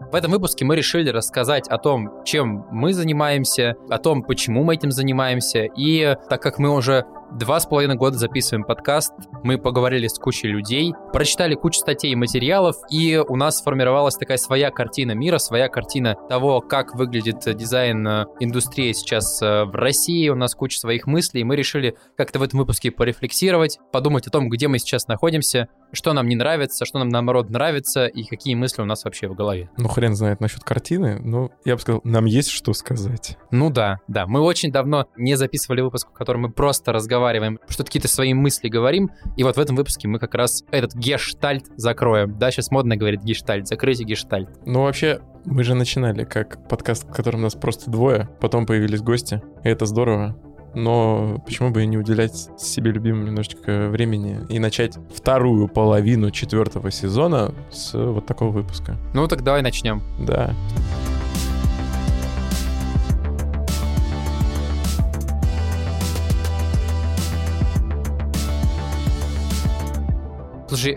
В этом выпуске мы решили рассказать о том, чем мы занимаемся, о том, почему мы этим занимаемся. И так как мы уже 2,5 года записываем подкаст, мы поговорили с кучей людей, прочитали кучу статей и материалов, и у нас сформировалась такая своя картина мира, своя картина того, как выглядит дизайн-индустрия сейчас в России. У нас куча своих мыслей, и мы решили как-то в этом выпуске порефлексировать, подумать о том, где мы сейчас находимся, что нам не нравится, что нам, наоборот, нравится, и какие мысли у нас вообще в голове. Ну, хрен знает насчет картины, но я бы сказал, нам есть что сказать. Ну да. Мы очень давно не записывали выпуск, в котором мы просто разговариваем, что-то какие-то свои мысли говорим, и вот в этом выпуске мы как раз этот гештальт закроем. Да, сейчас модно говорить гештальт, закройте гештальт. Ну, вообще, мы же начинали как подкаст, в котором нас просто двое, потом появились гости, и это здорово. Но почему бы и не уделять себе любимым немножечко времени и начать вторую половину 4-го сезона с вот такого выпуска? Ну так давай начнем. Да. Слушай,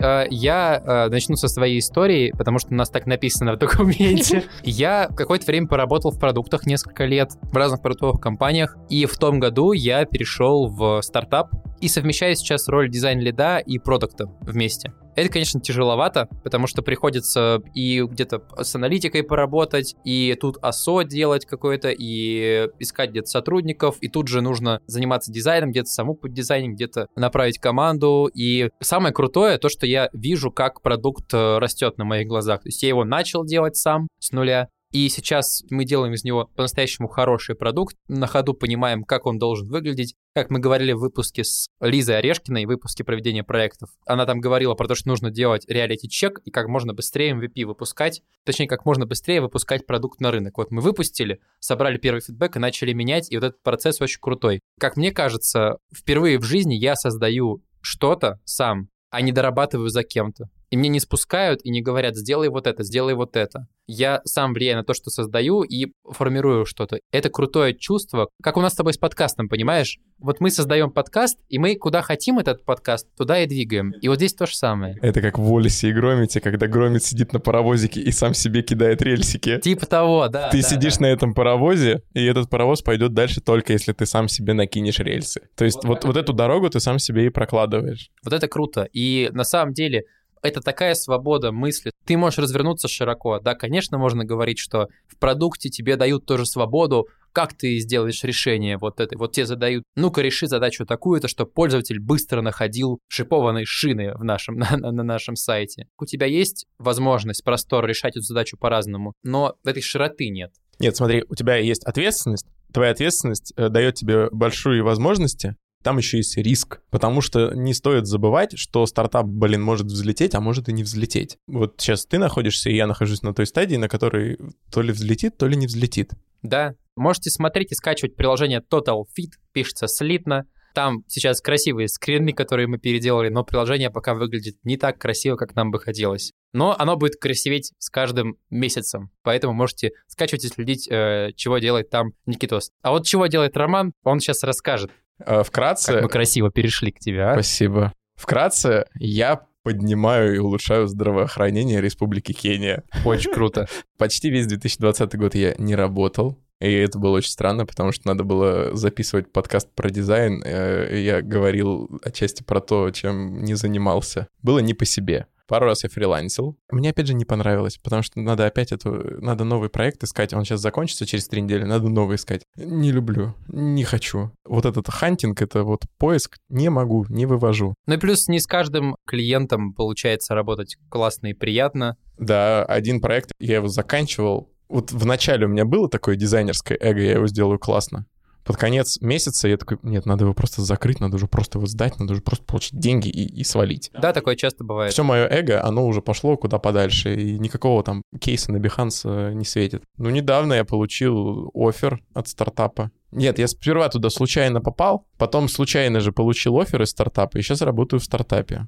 я начну со своей истории, потому что у нас так написано в документе. Я какое-то время поработал в продуктах несколько лет, в разных продуктовых компаниях, и в том году я перешел в стартап и совмещаю сейчас роль дизайн-лида и продукта вместе. Это, конечно, тяжеловато, потому что приходится и где-то с аналитикой поработать, и тут АСО делать какое-то, и искать где-то сотрудников, и тут же нужно заниматься дизайном, где-то саму поддизайнить, где-то направить команду. И самое крутое то, что я вижу, как продукт растет на моих глазах. То есть я его начал делать сам с нуля, и сейчас мы делаем из него по-настоящему хороший продукт, на ходу понимаем, как он должен выглядеть. Как мы говорили в выпуске с Лизой Орешкиной, в выпуске проведения проектов, она там говорила про то, что нужно делать реалити-чек и как можно быстрее MVP выпускать, точнее, как можно быстрее выпускать продукт на рынок. Вот мы выпустили, собрали первый фидбэк и начали менять, и вот этот процесс очень крутой. Как мне кажется, впервые в жизни я создаю что-то сам, а не дорабатываю за кем-то. И мне не спускают и не говорят, сделай вот это, сделай вот это. Я сам влияю на то, что создаю, и формирую что-то. Это крутое чувство, как у нас с тобой с подкастом, понимаешь? Вот мы создаем подкаст, и мы куда хотим этот подкаст, туда и двигаем. И вот здесь то же самое. Это как в Уоллесе и Громите, когда Громит сидит на паровозике и сам себе кидает рельсики. Типа того, да. Ты сидишь на этом паровозе, и этот паровоз пойдет дальше только если ты сам себе накинешь рельсы. То есть вот эту дорогу ты сам себе и прокладываешь. Вот это круто. И на самом деле это такая свобода мысли. Ты можешь развернуться широко. Да, конечно, можно говорить, что в продукте тебе дают тоже свободу, как ты сделаешь решение вот это. Вот тебе задают, ну-ка реши задачу такую-то, чтобы пользователь быстро находил шипованные шины на нашем сайте. У тебя есть возможность, простор решать эту задачу по-разному, но этой широты нет. Нет, смотри, у тебя есть ответственность. Твоя ответственность дает тебе большие возможности. Там еще есть риск, потому что не стоит забывать, что стартап, может взлететь, а может и не взлететь. Вот сейчас ты находишься, и я нахожусь на той стадии, на которой то ли взлетит, то ли не взлетит. Да, можете смотреть и скачивать приложение Total Fit, пишется слитно. Там сейчас красивые скрины, которые мы переделали, но приложение пока выглядит не так красиво, как нам бы хотелось. Но оно будет красиветь с каждым месяцем, поэтому можете скачивать и следить, чего делает там Никитос. А вот чего делает Роман, он сейчас расскажет. Вкратце... Как мы красиво перешли к тебе, а? Спасибо. Вкратце, я поднимаю и улучшаю здравоохранение Республики Кения. Очень круто. Почти весь 2020 год я не работал. И это было очень странно, потому что надо было записывать подкаст про дизайн. И я говорил отчасти про то, чем не занимался. Было не по себе. Пару раз я фрилансил. Мне, опять же, не понравилось, потому что надо надо новый проект искать. Он сейчас закончится через 3 недели, надо новый искать. Не люблю, не хочу. Вот этот хантинг, это вот поиск, не могу, не вывожу. Ну и плюс не с каждым клиентом получается работать классно и приятно. Да, один проект, я его заканчивал. Вот в начале у меня было такое дизайнерское эго, я его сделаю классно. Под конец месяца я такой, нет, надо его просто закрыть, надо уже просто его сдать, надо уже просто получить деньги и свалить. Да, такое часто бывает. Все мое эго, оно уже пошло куда подальше, и никакого там кейса на Behance не светит. Ну, недавно я получил оффер от стартапа. Нет, я сперва туда случайно попал, потом случайно же получил оффер из стартапа, и сейчас работаю в стартапе.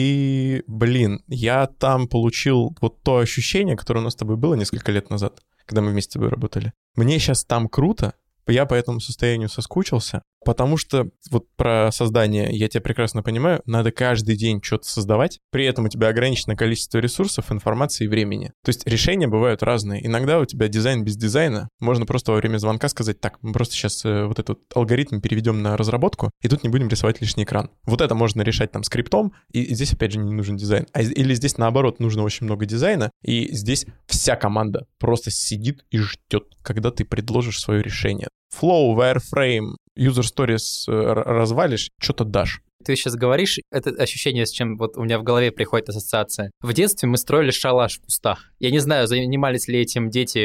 И, я там получил вот то ощущение, которое у нас с тобой было несколько лет назад, когда мы вместе с тобой работали. Мне сейчас там круто, я по этому состоянию соскучился. Потому что вот про создание, я тебя прекрасно понимаю, надо каждый день что-то создавать, при этом у тебя ограниченное количество ресурсов, информации и времени. То есть решения бывают разные. Иногда у тебя дизайн без дизайна, можно просто во время звонка сказать, так, мы просто сейчас вот этот алгоритм переведем на разработку, и тут не будем рисовать лишний экран. Вот это можно решать там скриптом, и здесь опять же не нужен дизайн. Или здесь наоборот нужно очень много дизайна, и здесь вся команда просто сидит и ждет, когда ты предложишь свое решение. Flow, wireframe, user stories развалишь, что-то дашь. Ты сейчас говоришь, это ощущение, с чем вот у меня в голове приходит ассоциация. В детстве мы строили шалаш в кустах. Я не знаю, занимались ли этим дети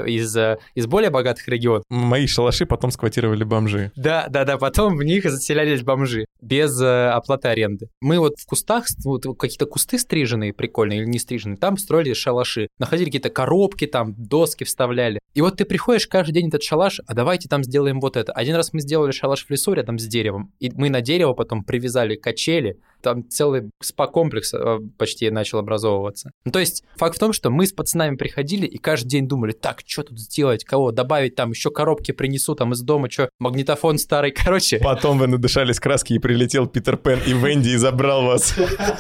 из более богатых регионов. Мои шалаши потом сквотировали бомжи. Да, потом в них заселялись бомжи без оплаты аренды. Мы вот в кустах, вот какие-то кусты стриженные, прикольные или не стриженные, там строили шалаши. Находили какие-то коробки, там доски вставляли. И вот ты приходишь каждый день в этот шалаш, а давайте там сделаем вот это. Один раз мы сделали шалаш в лесу рядом с деревом, и мы на дерево потом привязали качели, там целый спа-комплекс почти начал образовываться. Ну, то есть факт в том, что мы с пацанами приходили и каждый день думали, так, что тут сделать, кого добавить, там еще коробки принесу, там из дома, что, магнитофон старый, короче. Потом вы надышались краски, и прилетел Питер Пен и Венди и забрал вас.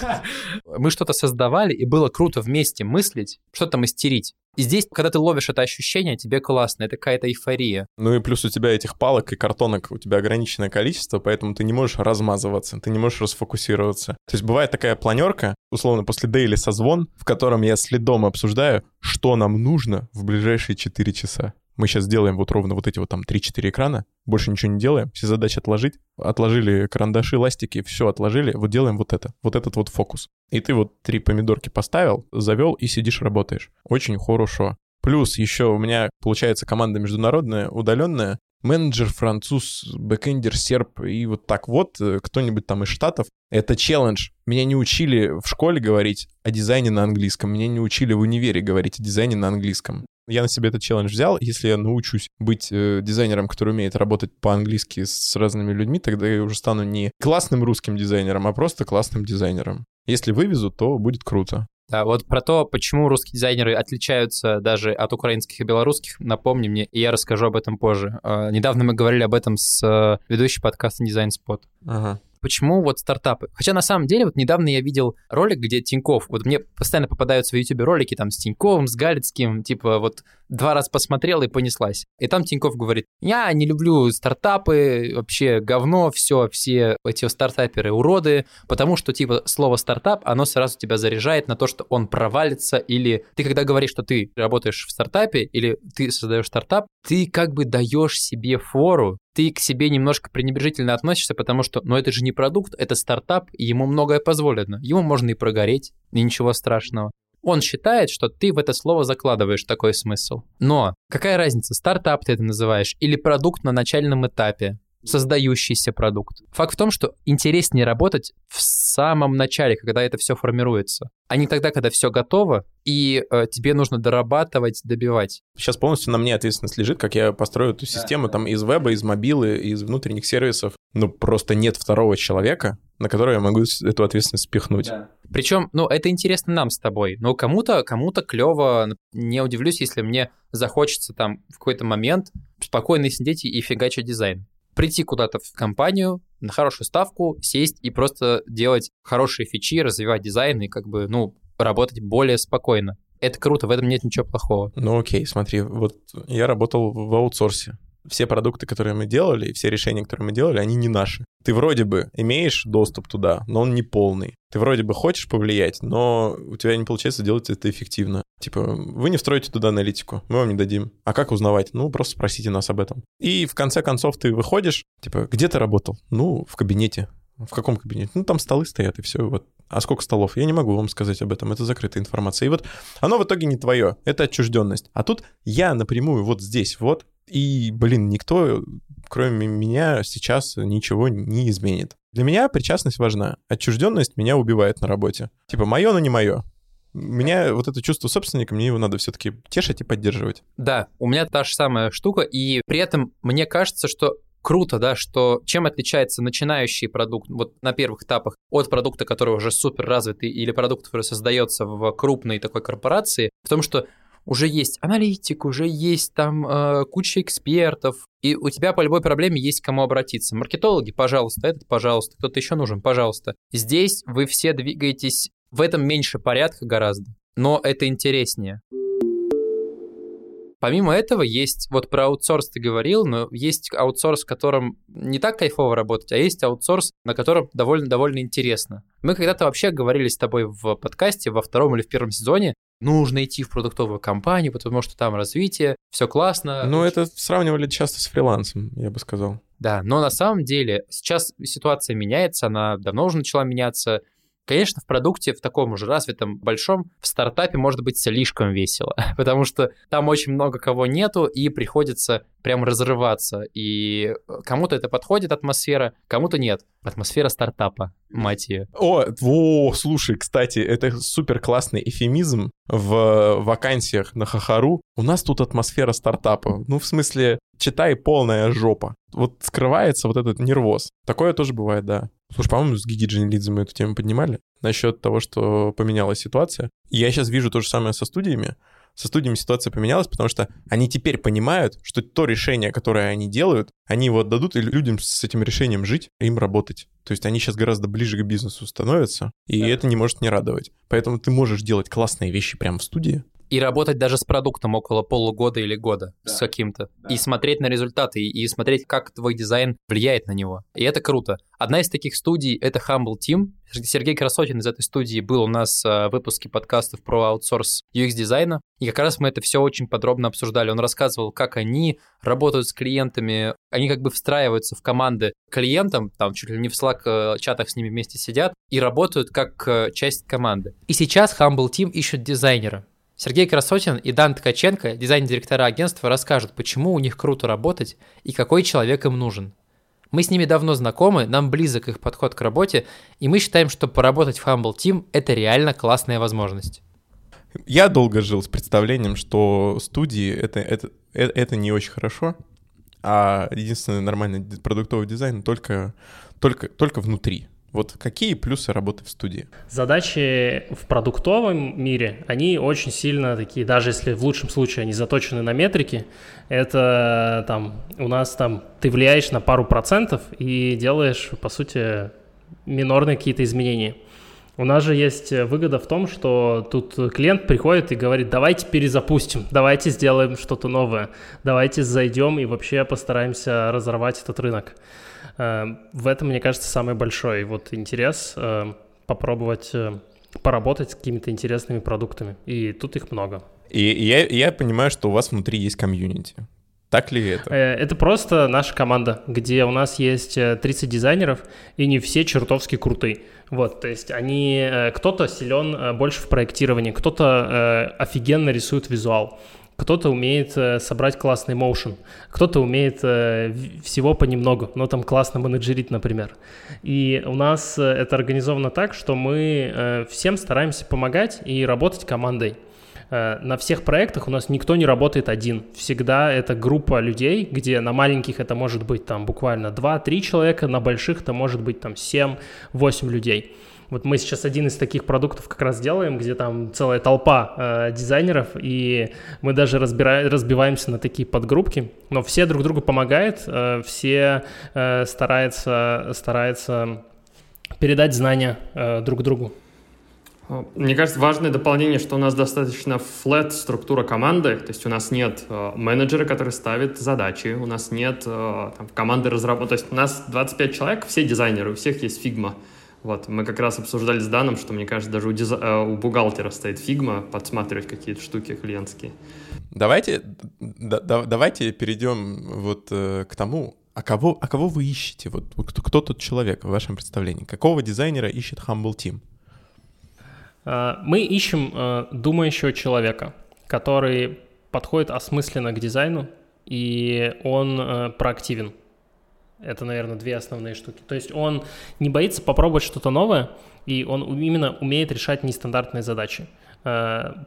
Мы что-то создавали, и было круто вместе мыслить, что-то мастерить. И здесь, когда ты ловишь это ощущение, тебе классно, это какая-то эйфория. Ну и плюс у тебя этих палок и картонок, у тебя ограниченное количество, поэтому ты не можешь размазываться, ты не можешь расфокусироваться. То есть бывает такая планерка, условно, после дейли созвон, в котором я с лидом обсуждаю, что нам нужно в ближайшие 4 часа. Мы сейчас делаем вот ровно вот эти вот там 3-4 экрана, больше ничего не делаем, все задачи отложить, отложили карандаши, ластики, все отложили, вот делаем вот это, вот этот вот фокус. И ты вот 3 помидорки поставил, завел и сидишь, работаешь. Очень хорошо. Плюс еще у меня, получается, команда международная, удаленная, менеджер, француз, бэкэндер, серб и вот так вот, кто-нибудь там из Штатов. Это челлендж. Меня не учили в школе говорить о дизайне на английском, меня не учили в универе говорить о дизайне на английском. Я на себе этот челлендж взял. Если я научусь быть дизайнером, который умеет работать по-английски с разными людьми, тогда я уже стану не классным русским дизайнером, а просто классным дизайнером. Если вывезу, то будет круто. Да, вот про то, почему русские дизайнеры отличаются даже от украинских и белорусских, напомни мне, и я расскажу об этом позже. Недавно мы говорили об этом с ведущей подкаста Design Spot. Ага. Почему вот стартапы? Хотя на самом деле вот недавно я видел ролик, где Тинькофф, вот мне постоянно попадаются в Ютубе ролики там с Тиньковым, с Галицким, типа вот 2 раза посмотрел и понеслась. И там Тинькофф говорит, я не люблю стартапы, вообще говно, все эти стартаперы уроды, потому что типа слово стартап, оно сразу тебя заряжает на то, что он провалится, или ты когда говоришь, что ты работаешь в стартапе, или ты создаешь стартап, ты как бы даешь себе фору, ты к себе немножко пренебрежительно относишься, потому что, ну, это же не продукт, это стартап, и ему многое позволено. Ему можно и прогореть, и ничего страшного. Он считает, что ты в это слово закладываешь такой смысл. Но какая разница, стартап ты это называешь или продукт на начальном этапе, создающийся продукт? Факт в том, что интереснее работать в самом начале, когда это все формируется, а не тогда, когда все готово, и тебе нужно дорабатывать, добивать. Сейчас полностью на мне ответственность лежит, как я построю эту систему там из веба, из мобилы, из внутренних сервисов. Ну, просто нет второго человека, на которого я могу эту ответственность спихнуть. Да. Причем, ну, это интересно нам с тобой, но кому-то клево. Не удивлюсь, если мне захочется там в какой-то момент спокойно сидеть и фигачить дизайн. Прийти куда-то в компанию, на хорошую ставку, сесть и просто делать хорошие фичи, развивать дизайн и как бы, ну, работать более спокойно. Это круто, в этом нет ничего плохого. Ну окей, смотри, вот я работал в аутсорсе. Все продукты, которые мы делали, и все решения, которые мы делали, они не наши. Ты вроде бы имеешь доступ туда, но он не полный. Ты вроде бы хочешь повлиять, но у тебя не получается делать это эффективно. Типа, вы не встроите туда аналитику, мы вам не дадим. А как узнавать? Ну, просто спросите нас об этом. И в конце концов ты выходишь, типа, где ты работал? Ну, в кабинете. В каком кабинете? Ну, там столы стоят, и все, вот. А сколько столов? Я не могу вам сказать об этом, это закрытая информация. И вот оно в итоге не твое, это отчужденность. А тут я напрямую вот здесь вот, и, блин, никто, кроме меня, сейчас ничего не изменит. Для меня причастность важна. Отчужденность меня убивает на работе. Типа, мое, но не мое. У меня вот это чувство собственника, мне его надо все-таки тешить и поддерживать. Да, у меня та же самая штука, и при этом мне кажется, что круто, да, что чем отличается начинающий продукт вот на первых этапах от продукта, который уже супер развитый, или продукт, который создается в крупной такой корпорации, в том, что уже есть аналитик, уже есть там куча экспертов, и у тебя по любой проблеме есть к кому обратиться. Маркетологи, пожалуйста, этот, пожалуйста, кто-то еще нужен, пожалуйста. Здесь вы все двигаетесь, в этом меньше порядка гораздо, но это интереснее. Помимо этого есть, вот про аутсорс ты говорил, но есть аутсорс, в котором не так кайфово работать, а есть аутсорс, на котором довольно интересно. Мы когда-то вообще говорили с тобой в подкасте во 2 или в 1 сезоне, нужно идти в продуктовую компанию, потому что там развитие, все классно. Ну, это сравнивали часто с фрилансом, я бы сказал. Да, но на самом деле сейчас ситуация меняется, она давно уже начала меняться. Конечно, в продукте, в таком уже развитом, большом, в стартапе может быть слишком весело, потому что там очень много кого нету, и приходится прям разрываться. И кому-то это подходит, атмосфера, кому-то нет. Атмосфера стартапа, мать ее. Слушай, кстати, это супер классный эвфемизм в вакансиях на Хахару. У нас тут атмосфера стартапа. Ну, в смысле, читай, полная жопа. Вот скрывается вот этот нервоз. Такое тоже бывает, да. Слушай, по-моему, с Гиги Дженилидзе мы эту тему поднимали. Насчет того, что поменялась ситуация. Я сейчас вижу то же самое со студиями. Со студиями ситуация поменялась, потому что они теперь понимают, что то решение, которое они делают, они его отдадут, и людям с этим решением жить, им работать. То есть они сейчас гораздо ближе к бизнесу становятся, и это не может не радовать. Поэтому ты можешь делать классные вещи прямо в студии. И работать даже с продуктом около полугода или года, с каким-то. И смотреть на результаты, и смотреть, как твой дизайн влияет на него. И это круто. Одна из таких студий — это Humble Team. Сергей Красотин из этой студии был у нас в выпуске подкастов про аутсорс UX-дизайна. И как раз мы это все очень подробно обсуждали. Он рассказывал, как они работают с клиентами, они как бы встраиваются в команды клиентам, там чуть ли не в Slack-чатах с ними вместе сидят, и работают как часть команды. И сейчас Humble Team ищут дизайнера. Сергей Красотин и Дан Ткаченко, дизайн-директора агентства, расскажут, почему у них круто работать и какой человек им нужен. Мы с ними давно знакомы, нам близок их подход к работе, и мы считаем, что поработать в Humble Team – это реально классная возможность. Я долго жил с представлением, что студии это не очень хорошо, а единственный нормальный продуктовый дизайн только внутри. Вот какие плюсы работы в студии? Задачи в продуктовом мире, они очень сильно такие, даже если в лучшем случае они заточены на метрики, это там у нас там ты влияешь на пару процентов и делаешь, по сути, минорные какие-то изменения. У нас же есть выгода в том, что тут клиент приходит и говорит, давайте перезапустим, давайте сделаем что-то новое, давайте зайдем и вообще постараемся разорвать этот рынок. В этом, мне кажется, самый большой вот интерес попробовать поработать с какими-то интересными продуктами. И тут их много. И я понимаю, что у вас внутри есть комьюнити. Так ли это? Это просто наша команда, где у нас есть 30 дизайнеров, и не все чертовски крутые. Вот, то есть они, кто-то силен больше в проектировании, кто-то офигенно рисует визуал. Кто-то умеет собрать классный моушен, кто-то умеет всего понемногу, но там классно менеджерить, например. И у нас это организовано так, что мы всем стараемся помогать и работать командой. На всех проектах у нас никто не работает один. Всегда это группа людей, где на маленьких это может быть там буквально 2-3 человека, на больших это может быть там 7-8 людей. Вот мы сейчас один из таких продуктов как раз делаем, где там целая толпа дизайнеров, и мы даже разбиваемся на такие подгруппки, но все друг другу помогают, все стараются передать знания друг другу. Мне кажется, важное дополнение, что у нас достаточно flat структура команды, то есть у нас нет менеджера, который ставит задачи, у нас нет там, команды разработки, то есть у нас 25 человек, все дизайнеры, у всех есть Figma. Вот, мы как раз обсуждали с Даном, что, мне кажется, даже у бухгалтера стоит Figma подсматривать какие-то штуки клиентские. Давайте перейдем вот к тому, а кого вы ищете? Вот кто тот человек в вашем представлении? Какого дизайнера ищет Humble Team? Мы ищем думающего человека, который подходит осмысленно к дизайну, и он проактивен. Это, наверное, две основные штуки. То есть он не боится попробовать что-то новое, и он именно умеет решать нестандартные задачи.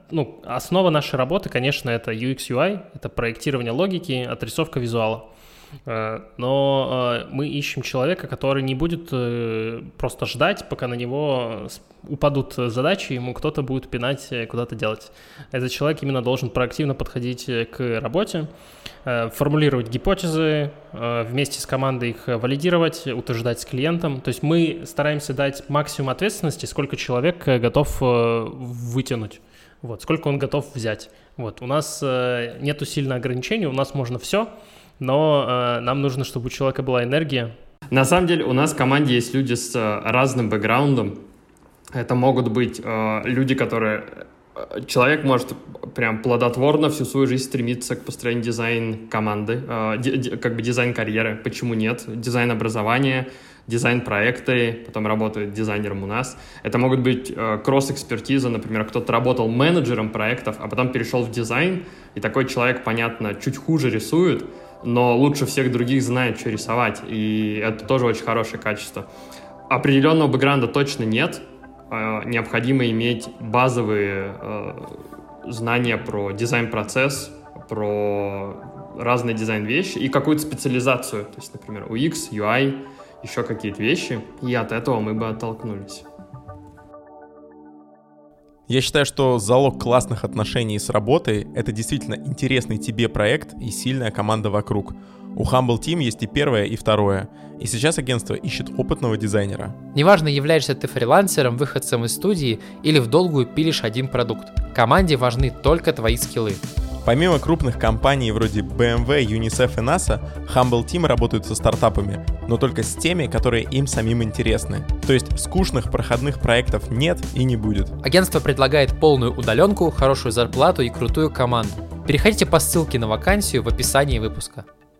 Основа нашей работы, конечно, это UX, UI, это проектирование логики, отрисовка визуала. Но мы ищем человека, который не будет просто ждать, пока на него упадут задачи, ему кто-то будет пинать, куда-то делать. Этот человек именно должен проактивно подходить к работе, формулировать гипотезы, вместе с командой их валидировать, утверждать с клиентом. То есть мы стараемся дать максимум ответственности, сколько человек готов вытянуть, вот, сколько он готов взять. Вот. У нас нету сильно ограничений, у нас можно все, но нам нужно, чтобы у человека была энергия. На самом деле у нас в команде есть люди с разным бэкграундом. Это могут быть люди, которые... Человек может прям плодотворно всю свою жизнь стремиться к построению дизайн-команды, как бы дизайн-карьеры. Почему нет? Дизайн-образования, дизайн-проекты, потом работает дизайнером у нас. Это могут быть кросс-экспертиза, например, кто-то работал менеджером проектов, а потом перешел в дизайн, и такой человек, понятно, чуть хуже рисует, но лучше всех других знает, что рисовать, и это тоже очень хорошее качество. Определенного бэкграунда точно нет. Необходимо иметь базовые знания про дизайн-процесс, про разные дизайн-вещи и какую-то специализацию. То есть, например, UX, UI, еще какие-то вещи. И от этого мы бы оттолкнулись. Я считаю, что залог классных отношений с работой — это действительно интересный тебе проект и сильная команда вокруг. У Humble Team есть и первое, и второе. И сейчас агентство ищет опытного дизайнера. Неважно, являешься ты фрилансером, выходцем из студии или в долгую пилишь один продукт. Команде важны только твои скиллы. Помимо крупных компаний вроде BMW, UNICEF и NASA, Humble Team работают со стартапами, но только с теми, которые им самим интересны. То есть скучных проходных проектов нет и не будет. Агентство предлагает полную удаленку, хорошую зарплату и крутую команду. Переходите по ссылке на вакансию в описании выпуска.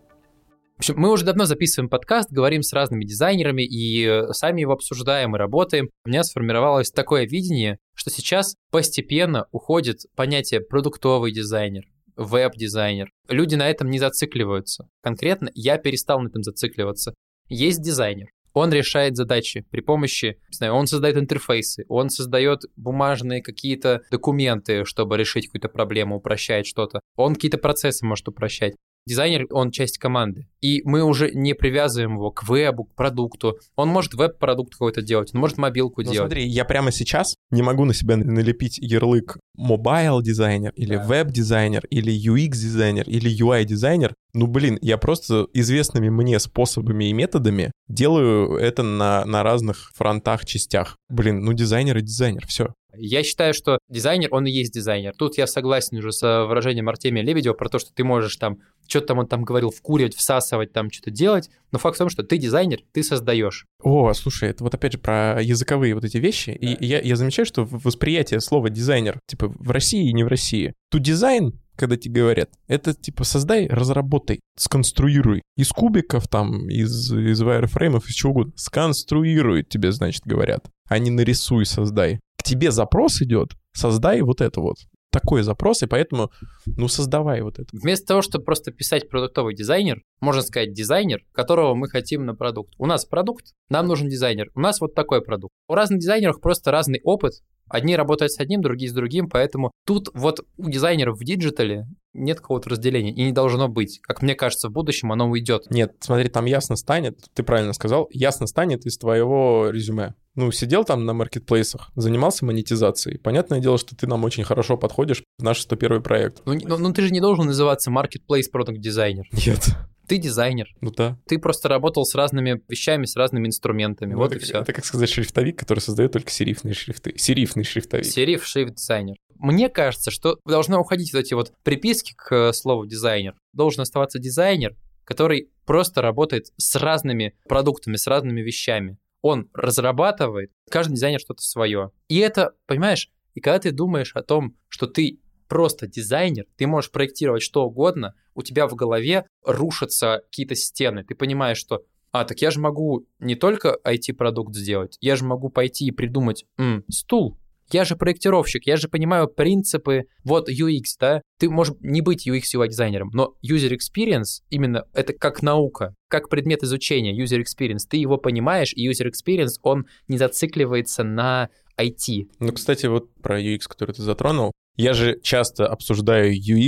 В общем, мы уже давно записываем подкаст, говорим с разными дизайнерами и сами его обсуждаем и работаем. У меня сформировалось такое видение, что сейчас постепенно уходит понятие продуктовый дизайнер, веб-дизайнер. Люди на этом не зацикливаются. Конкретно я перестал на этом зацикливаться. Есть дизайнер. Он решает задачи при помощи, не знаю, он создает интерфейсы, он создает бумажные какие-то документы, чтобы решить какую-то проблему, упрощает что-то. Он какие-то процессы может упрощать. Дизайнер, он часть команды. И мы уже не привязываем его к вебу, к продукту. Он может веб-продукт какой-то делать, он может мобилку делать. Смотри, я прямо сейчас не могу на себя налепить ярлык мобайл-дизайнер или веб-дизайнер или UX-дизайнер или UI-дизайнер. Ну, блин, я просто известными мне способами и методами делаю это на разных фронтах, частях. Блин, ну дизайнер и дизайнер, все. Я считаю, что дизайнер, он и есть дизайнер. Тут я согласен уже с выражением Артемия Лебедева про то, что ты можешь там, что-то там он там говорил, вкуривать, всасывать, там что-то делать, но факт в том, что ты дизайнер, ты создаешь. О, слушай, это вот опять же про языковые вот эти вещи, да. И я замечаю, что восприятие слова дизайнер, типа в России и не в России. To design, когда тебе говорят, это типа создай, разработай, сконструируй. Из кубиков там, из вайрфреймов, из чего угодно. Сконструируй, тебе, значит, говорят. А не нарисуй, создай. К тебе запрос идет, создай вот это вот. Такой запрос, и поэтому, ну, создавай вот это. Вместо того, чтобы просто писать продуктовый дизайнер, можно сказать дизайнер, которого мы хотим на продукт. У нас продукт, нам нужен дизайнер. У нас вот такой продукт. У разных дизайнеров просто разный опыт. Одни работают с одним, другие с другим, поэтому тут вот у дизайнеров в диджитале нет какого-то разделения, и не должно быть. Как мне кажется, в будущем оно уйдет. Нет, смотри, там ясно станет, ты правильно сказал, ясно станет из твоего резюме. Ну, сидел там на маркетплейсах, занимался монетизацией. Понятное дело, что ты нам очень хорошо подходишь в наш 101 проект. Ну ты же не должен называться Marketplace Product Designer. Нет. Ты дизайнер. Ну да. Ты просто работал с разными вещами, с разными инструментами. Ну, вот это, и все. Это как сказать шрифтовик, который создает только серифные шрифты. Серифный шрифтовик. Сериф, шрифт-дизайнер. Мне кажется, что должны уходить вот эти вот приписки к слову дизайнер. Должен оставаться дизайнер, который просто работает с разными продуктами, с разными вещами. Он разрабатывает, каждый дизайнер что-то свое. И это, понимаешь, и когда ты думаешь о том, что ты просто дизайнер, ты можешь проектировать что угодно, у тебя в голове рушатся какие-то стены. Ты понимаешь, что, так я же могу не только IT-продукт сделать, я же могу пойти и придумать стул. Я же проектировщик, я же понимаю принципы, вот UX, да? Ты можешь не быть UX UI-дизайнером, но user experience, именно это как наука, как предмет изучения, user experience, ты его понимаешь, и user experience, он не зацикливается на IT. Ну, кстати, вот про UX, который ты затронул, я же часто обсуждаю UX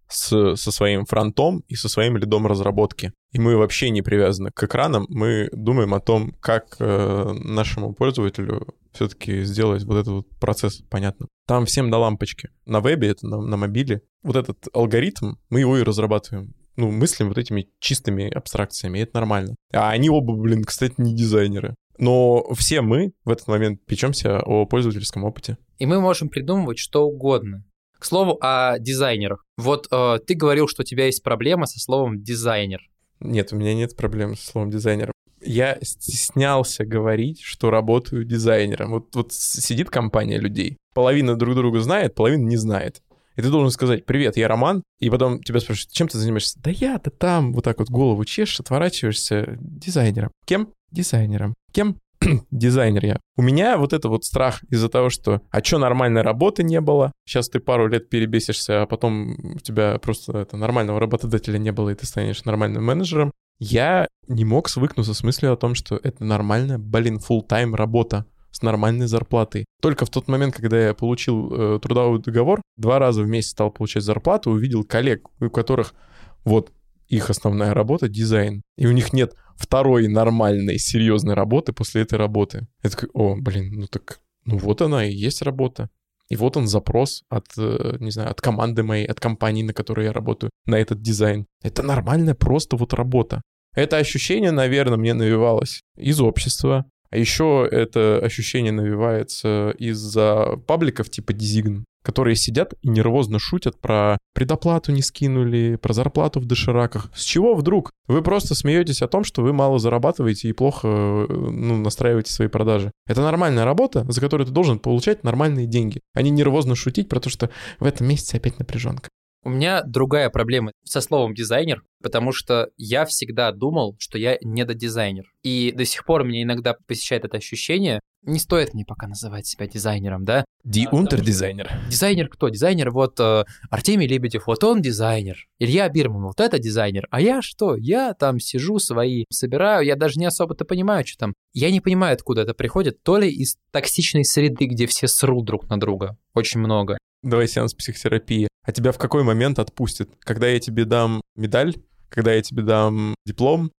со своим фронтом и со своим лидом разработки. И мы вообще не привязаны к экранам, мы думаем о том, как нашему пользователю все-таки сделать вот этот вот процесс понятно. Там всем до лампочки. На вебе, это на мобиле. Вот этот алгоритм, мы его и разрабатываем. Мыслим вот этими чистыми абстракциями, и это нормально. А они оба, кстати, не дизайнеры. Но все мы в этот момент печемся о пользовательском опыте. И мы можем придумывать что угодно. К слову, о дизайнерах. Вот ты говорил, что у тебя есть проблема со словом «дизайнер». Нет, у меня нет проблем со словом «дизайнер». Я стеснялся говорить, что работаю дизайнером. Вот сидит компания людей, половина друг друга знает, половина не знает. И ты должен сказать: «Привет, я Роман», и потом тебя спрашивают: чем ты занимаешься? Да я-то там, вот так вот голову чешешь, отворачиваешься, дизайнером. Кем? Дизайнером. Кем? Дизайнер я. У меня вот это вот страх из-за того, что нормальной работы не было, сейчас ты пару лет перебесишься, а потом у тебя просто нормального работодателя не было, и ты станешь нормальным менеджером. Я не мог свыкнуться с мыслью о том, что это нормальная, full-time работа с нормальной зарплатой. Только в тот момент, когда я получил трудовой договор, 2 раза в месяц стал получать зарплату, увидел коллег, у которых вот их основная работа — дизайн. И у них нет второй нормальной, серьезной работы после этой работы. Я такой: вот она и есть работа. И вот он запрос от команды моей, от компании, на которой я работаю, на этот дизайн. Это нормальная просто вот работа. Это ощущение, наверное, мне навевалось из общества. А еще это ощущение навевается из-за пабликов типа Дизигн, которые сидят и нервозно шутят про предоплату не скинули, про зарплату в дошираках. С чего вдруг? Вы просто смеетесь о том, что вы мало зарабатываете и плохо настраиваете свои продажи. Это нормальная работа, за которую ты должен получать нормальные деньги, а не нервозно шутить про то, что в этом месяце опять напряженка. У меня другая проблема со словом «дизайнер», потому что я всегда думал, что я недодизайнер. И до сих пор меня иногда посещает это ощущение: не стоит мне пока называть себя дизайнером, да? Унтердизайнер. Дизайнер кто? Дизайнер Артемий Лебедев, вот он дизайнер. Илья Бирман, вот это дизайнер. А я что? Я там сижу свои, собираю, я даже не особо-то понимаю, что там. Я не понимаю, откуда это приходит, то ли из токсичной среды, где все срут друг на друга. Очень много. Давай сеанс психотерапии. А тебя в какой момент отпустят? Когда я тебе дам медаль? Когда я тебе дам диплом?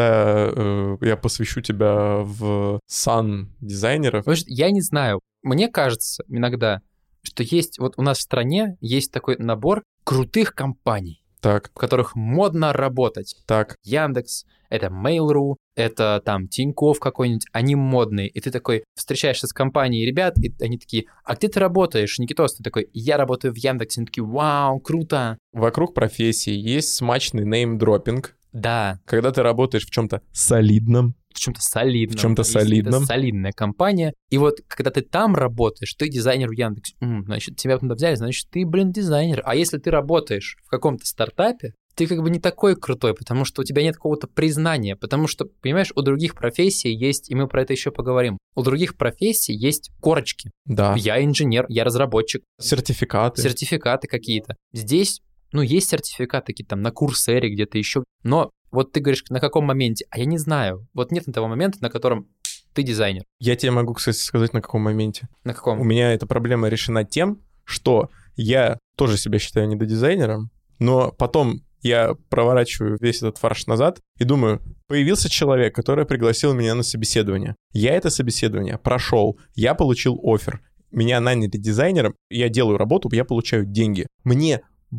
Когда я посвящу тебя в сан дизайнеров? Я не знаю. Мне кажется иногда, что есть... Вот у нас в стране есть такой набор крутых компаний, так, в которых модно работать. Так. Яндекс, это Mail.ru, это там Тинькофф какой-нибудь, они модные. И ты такой встречаешься с компанией ребят, и они такие: а где ты работаешь, Никитос? Ты такой: я работаю в Яндексе. Они такие: вау, круто. Вокруг профессии есть смачный неймдропинг. Да. Когда ты работаешь в чем-то солидном. В чем-то солидном. В чем-то солидном. Это солидная компания. И вот когда ты там работаешь, ты дизайнер в Яндексе. Значит, тебя туда взяли, значит, ты, дизайнер. А если ты работаешь в каком-то стартапе, ты как бы не такой крутой, потому что у тебя нет какого-то признания. Потому что, понимаешь, у других профессий есть, и мы про это еще поговорим, у других профессий есть корочки. Да. Я инженер, я разработчик. Сертификаты какие-то. Здесь, есть сертификаты какие-то там на Курсере, где-то еще. Но вот ты говоришь, на каком моменте? А я не знаю. Вот нет того момента, на котором ты дизайнер. Я тебе могу, кстати, сказать, на каком моменте. На каком? У меня эта проблема решена тем, что я тоже себя считаю недодизайнером, но потом я проворачиваю весь этот фарш назад и думаю: появился человек, который пригласил меня на собеседование. Я это собеседование прошел, я получил оффер, меня наняли дизайнером, я делаю работу, я получаю деньги. Мне,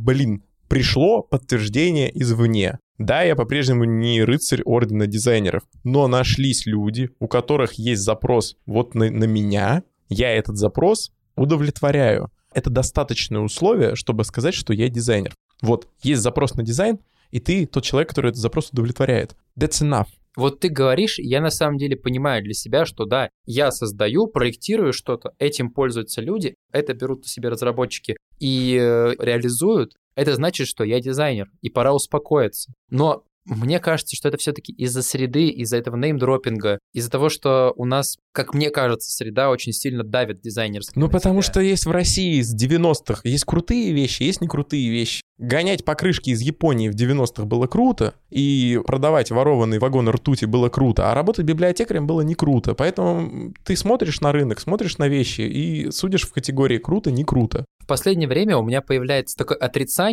пришло подтверждение извне. Да, я по-прежнему не рыцарь ордена дизайнеров, но нашлись люди, у которых есть запрос вот на меня, я этот запрос удовлетворяю. Это достаточное условие, чтобы сказать, что я дизайнер. Вот, есть запрос на дизайн, и ты тот человек, который этот запрос удовлетворяет. That's enough. Вот ты говоришь, я на самом деле понимаю для себя, что да, я создаю, проектирую что-то, этим пользуются люди, это берут себе разработчики и реализуют. Это значит, что я дизайнер, и пора успокоиться. Но мне кажется, что это все-таки из-за среды, из-за этого неймдропинга, из-за того, что у нас, как мне кажется, среда очень сильно давит дизайнерскую. Потому что есть в России с 90-х, есть крутые вещи, есть не крутые вещи. Гонять покрышки из Японии в 90-х было круто, и продавать ворованные вагоны ртути было круто, а работать библиотекарем было не круто. Поэтому ты смотришь на рынок, смотришь на вещи и судишь в категории круто, не круто. В последнее время у меня появляется такое отрицание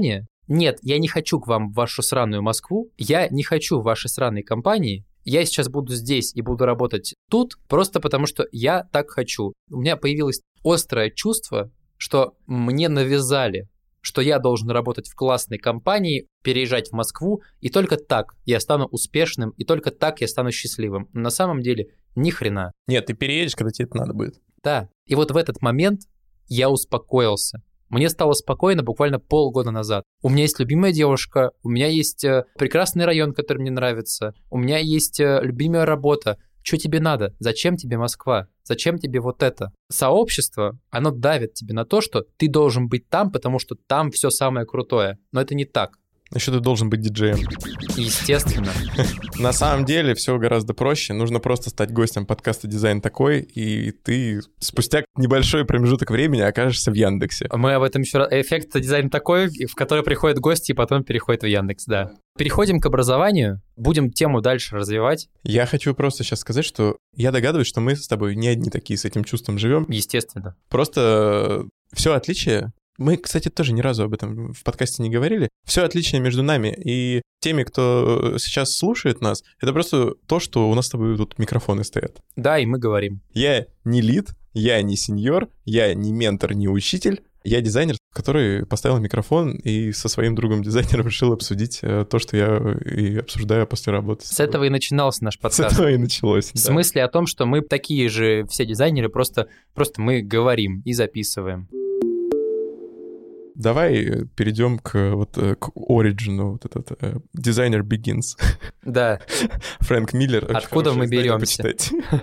нет, я не хочу к вам в вашу сраную Москву, я не хочу в ваши сраные компании, я сейчас буду здесь и буду работать тут, просто потому что я так хочу. У меня появилось острое чувство, что мне навязали, что я должен работать в классной компании, переезжать в Москву, и только так я стану успешным, и только так я стану счастливым. Но на самом деле ни хрена. Нет, ты переедешь, когда тебе это надо будет. Да, и вот в этот момент я успокоился. Мне стало спокойно буквально полгода назад. У меня есть любимая девушка, у меня есть прекрасный район, который мне нравится, у меня есть любимая работа. Что тебе надо? Зачем тебе Москва? Зачем тебе вот это? Сообщество, оно давит тебе на то, что ты должен быть там, потому что там все самое крутое. Но это не так. Еще ты должен быть диджеем. Естественно. На самом деле все гораздо проще. Нужно просто стать гостем подкаста «Дизайн такой», и ты спустя небольшой промежуток времени окажешься в Яндексе. Мы об этом еще раз... Эффект «Дизайн такой», в который приходят гости и потом переходят в Яндекс, да. Переходим к образованию. Будем тему дальше развивать. Я хочу просто сейчас сказать, что я догадываюсь, что мы с тобой не одни такие с этим чувством живем. Естественно. Просто все отличие... Мы, кстати, тоже ни разу об этом в подкасте не говорили. Все отличие между нами и теми, кто сейчас слушает нас, это просто то, что у нас с тобой тут микрофоны стоят. Да, и мы говорим. Я не лид, я не сеньор, я не ментор, не учитель. Я дизайнер, который поставил микрофон и со своим другом дизайнером решил обсудить то, что я и обсуждаю после работы. С этого и начинался наш подкаст. С этого и началось, В смысле о том, что мы такие же все дизайнеры, просто мы говорим и записываем. Давай перейдем к оригину, вот этот Designer Begins. Да. Фрэнк Миллер. Откуда мы беремся?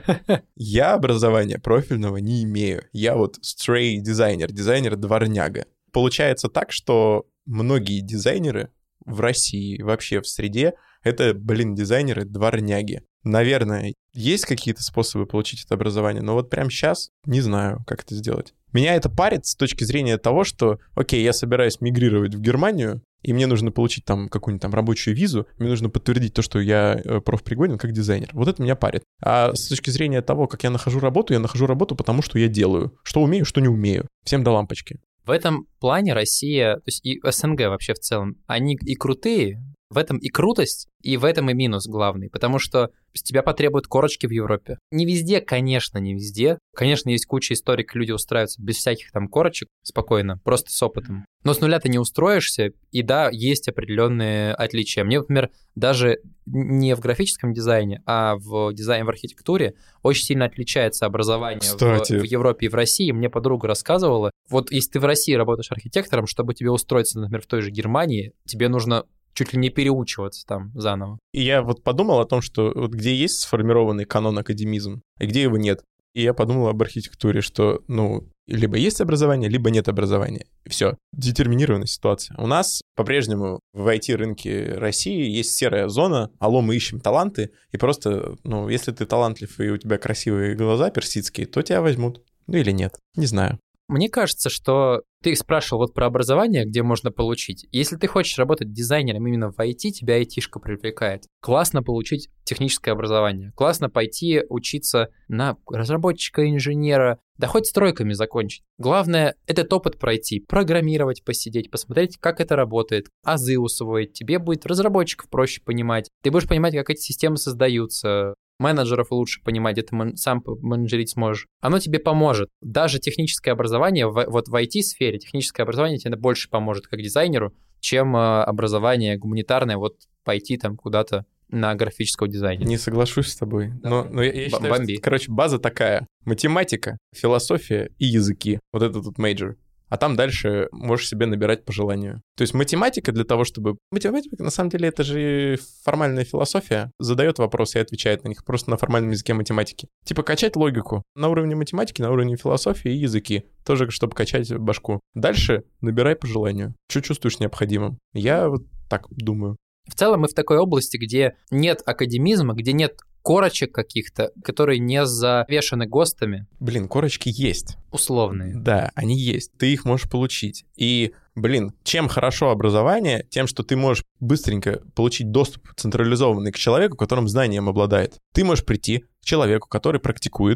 Я образования профильного не имею. Я вот stray дизайнер-дворняга. Получается так, что многие дизайнеры в России, вообще в среде, это, дизайнеры-дворняги. Наверное, есть какие-то способы получить это образование, но вот прямо сейчас не знаю, как это сделать. Меня это парит с точки зрения того, что, окей, я собираюсь мигрировать в Германию, и мне нужно получить там какую-нибудь там рабочую визу, мне нужно подтвердить то, что я профпригоден как дизайнер. Вот это меня парит. А с точки зрения того, как я нахожу работу, потому что я делаю. Что умею, что не умею. Всем до лампочки. В этом плане Россия, то есть и СНГ вообще в целом, они и крутые, в этом и крутость, и в этом и минус главный, потому что с тебя потребуют корочки в Европе. Не везде, конечно, не везде. Конечно, есть куча историй, как люди устраиваются без всяких там корочек, спокойно, просто с опытом. Но с нуля ты не устроишься, и да, есть определенные отличия. Мне, например, даже не в графическом дизайне, а в дизайне в архитектуре очень сильно отличается образование в Европе и в России. Мне подруга рассказывала, вот если ты в России работаешь архитектором, чтобы тебе устроиться, например, в той же Германии, тебе нужно чуть ли не переучиваться там заново. И я вот подумал о том, что вот где есть сформированный канон академизм, и где его нет. И я подумал об архитектуре, что, либо есть образование, либо нет образования. И все. Детерминированная ситуация. У нас по-прежнему в IT-рынке России есть серая зона, алло, мы ищем таланты, и просто, если ты талантлив и у тебя красивые глаза персидские, то тебя возьмут. Или нет. Не знаю. Мне кажется, что ты спрашивал вот про образование, где можно получить. Если ты хочешь работать дизайнером именно в IT, тебя айтишка привлекает. Классно получить техническое образование. Классно пойти учиться на разработчика, инженера, да хоть стройками закончить. Главное этот опыт пройти, программировать, посидеть, посмотреть, как это работает, азы усвоить. Тебе будет разработчиков проще понимать. Ты будешь понимать, как эти системы создаются. Менеджеров лучше понимать, где ты сам менеджерить сможешь. Оно тебе поможет. Даже техническое образование, вот в IT-сфере, техническое образование тебе больше поможет как дизайнеру, чем образование гуманитарное, вот пойти там куда-то на графического дизайнера. Не соглашусь с тобой. Но я считаю, что, база такая. Математика, философия и языки. Вот это тут мейджор. А там дальше можешь себе набирать по желанию. То есть математика для того, чтобы... Математика, на самом деле, это же формальная философия. Задает вопросы и отвечает на них просто на формальном языке математики. Типа качать логику на уровне математики, на уровне философии и языки. Тоже, чтобы качать башку. Дальше набирай по желанию. Что чувствуешь необходимым? Я вот так думаю. В целом мы в такой области, где нет академизма, где нет корочек каких-то, которые не завешаны ГОСТами. Корочки есть. Условные. Да, они есть. Ты их можешь получить. И, чем хорошо образование, тем, что ты можешь быстренько получить доступ централизованный к человеку, которым знанием обладает. Ты можешь прийти к человеку, который практикует,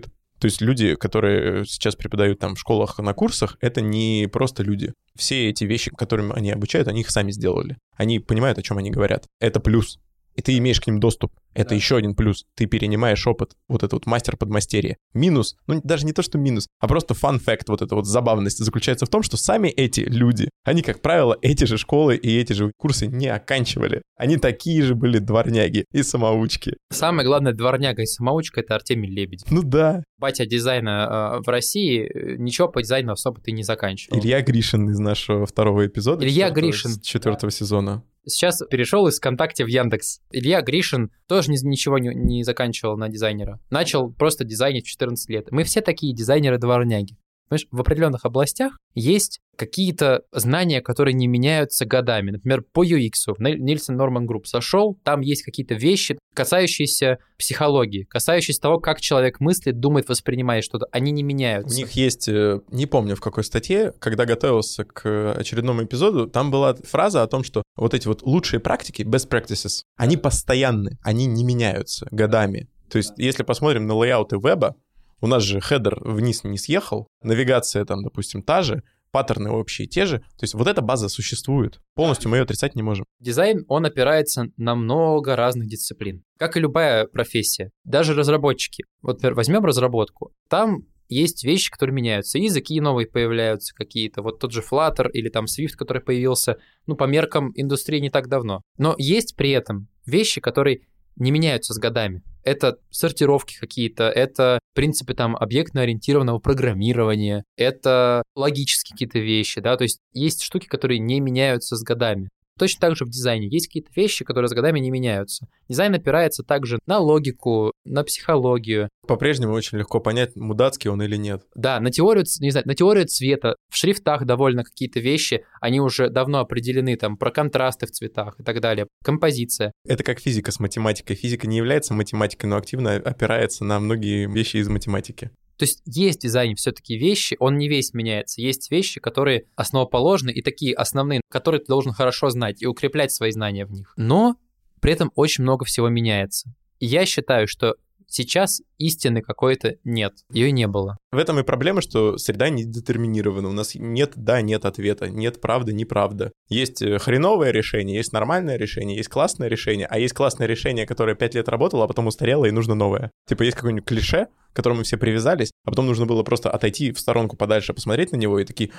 То есть люди, которые сейчас преподают там в школах на курсах, это не просто люди. Все эти вещи, которыми они обучают, они их сами сделали. Они понимают, о чем они говорят. Это плюс. И ты имеешь к ним доступ. Это еще один плюс. Ты перенимаешь опыт. Вот это вот мастер-подмастерье. Минус, ну даже не то, что минус, а просто фан-факт, вот эта вот забавность заключается в том, что сами эти люди, они, как правило, эти же школы и эти же курсы не оканчивали. Они такие же были дворняги и самоучки. Самое главное дворняга и самоучка — это Артемий Лебедев. Ну да. Батя дизайна в России, ничего по дизайну особо ты не заканчивал. Илья Гришин из нашего второго эпизода. Илья Гришин. 4-го сезона. Сейчас перешел из ВКонтакте в Яндекс. Илья Гришин тоже ничего не заканчивал на дизайнера. Начал просто дизайнить в 14 лет. Мы все такие дизайнеры-дворняги. Понимаешь, в определенных областях есть какие-то знания, которые не меняются годами. Например, по UX в Nielsen Norman Group сошел, там есть какие-то вещи, касающиеся психологии, касающиеся того, как человек мыслит, думает, воспринимает что-то. Они не меняются. У них есть, не помню в какой статье, когда готовился к очередному эпизоду, там была фраза о том, что вот эти вот лучшие практики, best practices, они постоянны, они не меняются годами. То есть, если посмотрим на лейауты веба, у нас же хедер вниз не съехал, навигация там, допустим, та же, паттерны общие те же. То есть вот эта база существует. Полностью мы ее отрицать не можем. Дизайн, он опирается на много разных дисциплин. Как и любая профессия. Даже разработчики. Вот, например, возьмем разработку. Там есть вещи, которые меняются. Языки новые появляются какие-то. Вот тот же Flutter или там Swift, который появился, ну, по меркам индустрии не так давно. Но есть при этом вещи, которые не меняются с годами. Это сортировки какие-то, это принципы там объектно-ориентированного программирования, это логические какие-то вещи, да, то есть есть штуки, которые не меняются с годами. Точно так же в дизайне есть какие-то вещи, которые с годами не меняются. Дизайн опирается также на логику, на психологию. По-прежнему очень легко понять, мудацкий он или нет. Да, на теорию, не знаю, на теорию цвета. В шрифтах довольно какие-то вещи, они уже давно определены, там, про контрасты в цветах и так далее. Композиция. Это как физика с математикой. Физика не является математикой, но активно опирается на многие вещи из математики. То есть есть в дизайне все-таки вещи, он не весь меняется. Есть вещи, которые основоположны и такие основные, которые ты должен хорошо знать и укреплять свои знания в них. Но при этом очень много всего меняется. И я считаю, что сейчас истины какой-то нет, ее не было. В этом и проблема, что среда не детерминирована. У нас нет да, нет ответа, нет правда, неправда. Есть хреновое решение, есть нормальное решение, есть классное решение, а есть классное решение, которое 5 лет работало, а потом устарело и нужно новое. Типа есть какое-нибудь клише, к которому все привязались, а потом нужно было просто отойти в сторонку подальше, посмотреть на него и такие,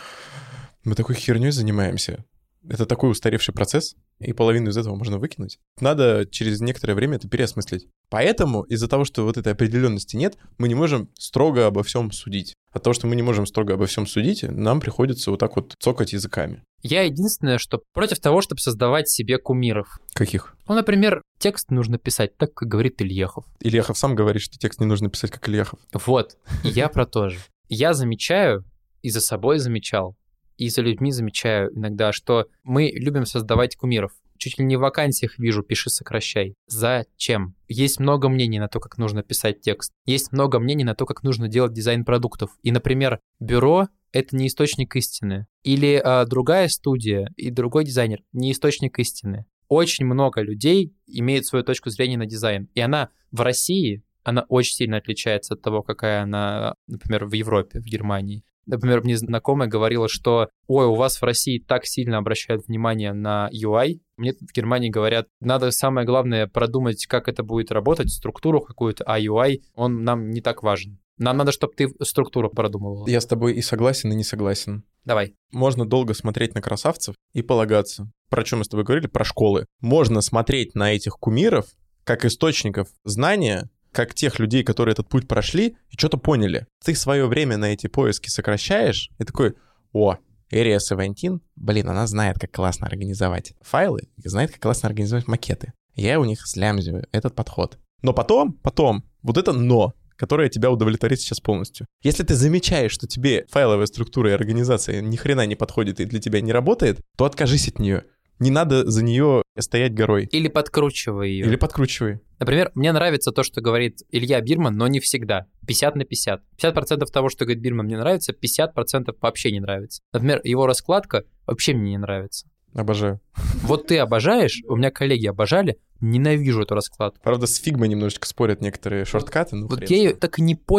мы такой херней занимаемся. Это такой устаревший процесс, и половину из этого можно выкинуть. Надо через некоторое время это переосмыслить. Поэтому из-за того, что вот этой определенности нет, мы не можем строго обо всем судить. От того, что мы не можем строго обо всем судить, нам приходится вот так вот цокать языками. Я единственное, что против того, чтобы создавать себе кумиров. Каких? Ну, например, текст нужно писать так, как говорит Ильяхов. Ильяхов сам говорит, что текст не нужно писать, как Ильяхов. Вот, я про то же. Я замечаю, и за собой замечал, и за людьми замечаю иногда, что мы любим создавать кумиров. Чуть ли не в вакансиях вижу «пиши, сокращай». Зачем? Есть много мнений на то, как нужно писать текст. Есть много мнений на то, как нужно делать дизайн продуктов. И, например, бюро — это не источник истины. Или другая студия и другой дизайнер — не источник истины. Очень много людей имеют свою точку зрения на дизайн. И она в России, она очень сильно отличается от того, какая она, например, в Европе, в Германии. Например, мне знакомая говорила, что «Ой, у вас в России так сильно обращают внимание на UI». Мне в Германии говорят, надо самое главное продумать, как это будет работать, структуру какую-то, а UI, он нам не так важен. Нам надо, чтобы ты структуру продумывал. Я с тобой и согласен, и не согласен. Давай. Можно долго смотреть на красавцев и полагаться. Про что мы с тобой говорили? Про школы. Можно смотреть на этих кумиров как источников знания, как тех людей, которые этот путь прошли и что-то поняли. Ты свое время на эти поиски сокращаешь и такой, о, Area 17, блин, она знает, как классно организовать файлы и знает, как классно организовать макеты. Я у них слямзиваю этот подход. Но потом, вот это «но», которое тебя удовлетворит сейчас полностью. Если ты замечаешь, что тебе файловая структура и организация ни хрена не подходит и для тебя не работает, то откажись от нее. Не надо за нее стоять горой. Или подкручивай ее. Или подкручивай. Например, мне нравится то, что говорит Илья Бирман, но не всегда. 50 на 50. 50% того, что говорит Бирман, мне нравится, 50% вообще не нравится. Например, его раскладка вообще мне не нравится. Обожаю. Вот ты обожаешь, у меня коллеги обожали, ненавижу эту раскладку. Правда, с фигмой немножечко спорят некоторые шорткаты. Вот я ее так и не понял,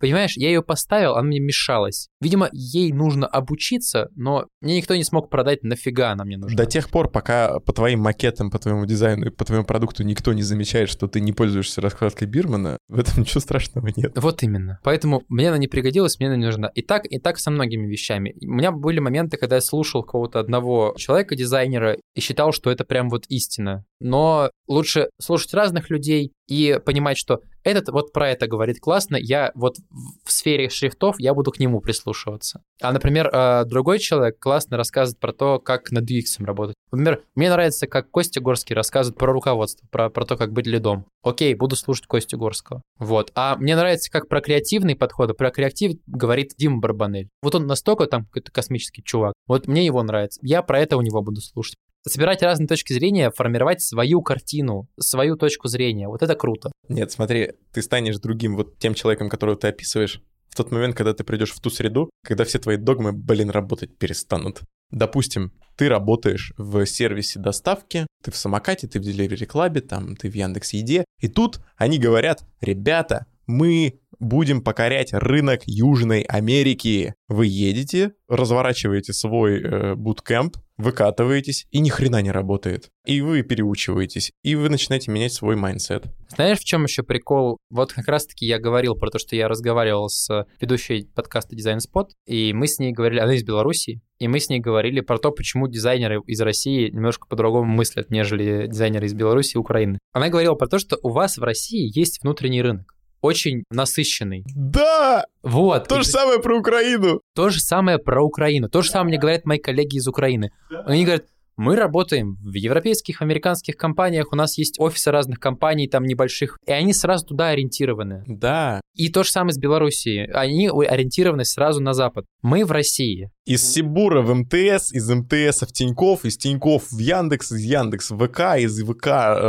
Понимаешь, я ее поставил, она мне мешалась. Видимо, ей нужно обучиться, но мне никто не смог продать, нафига она мне нужна. До тех пор, пока по твоим макетам, по твоему дизайну и по твоему продукту никто не замечает, что ты не пользуешься раскладкой Бирмана, в этом ничего страшного нет. Вот именно. Поэтому мне она не пригодилась, мне она не нужна. И так со многими вещами. У меня были моменты, когда я слушал кого-то одного человека, дизайнера, и считал, что это прям вот истина. Но лучше слушать разных людей и понимать, что этот вот про это говорит классно, я вот в сфере шрифтов, я буду к нему прислушиваться. А, например, другой человек классно рассказывает про то, как над UX работать. Например, мне нравится, как Костя Горский рассказывает про руководство, про то, как быть лидом. Окей, буду слушать Костю Горского. Вот. А мне нравится, как про креативные подходы, про креатив говорит Дима Барбанель. Вот он настолько там какой-то космический чувак. Вот мне его нравится. Я про это у него буду слушать. Собирать разные точки зрения, формировать свою картину, свою точку зрения. Вот это круто. Нет, смотри, ты станешь другим вот тем человеком, которого ты описываешь, в тот момент, когда ты придешь в ту среду, когда все твои догмы, работать перестанут. Допустим, ты работаешь в сервисе доставки, ты в самокате, ты в Delivery Club, там, ты в Яндекс.Еде, и тут они говорят: ребята, мы будем покорять рынок Южной Америки. Вы едете, разворачиваете свой буткэмп, выкатываетесь, и ни хрена не работает. И вы переучиваетесь, и вы начинаете менять свой майндсет. Знаешь, в чем еще прикол? Вот как раз-таки я говорил про то, что я разговаривал с ведущей подкаста Design Spot, и мы с ней говорили, она из Беларуси, и мы с ней говорили про то, почему дизайнеры из России немножко по-другому мыслят, нежели дизайнеры из Беларуси и Украины. Она говорила про то, что у вас в России есть внутренний рынок, очень насыщенный. Да! Вот. То же самое про Украину. То же самое про Украину. То же самое мне говорят мои коллеги из Украины. Они говорят: мы работаем в европейских, американских компаниях, у нас есть офисы разных компаний, там небольших, и они сразу туда ориентированы. Да. И то же самое с Белоруссией. Они ориентированы сразу на Запад. Мы в России. Из Сибура в МТС, из МТС в Тинькофф, из Тинькофф в Яндекс, из Яндекс в ВК, из ВК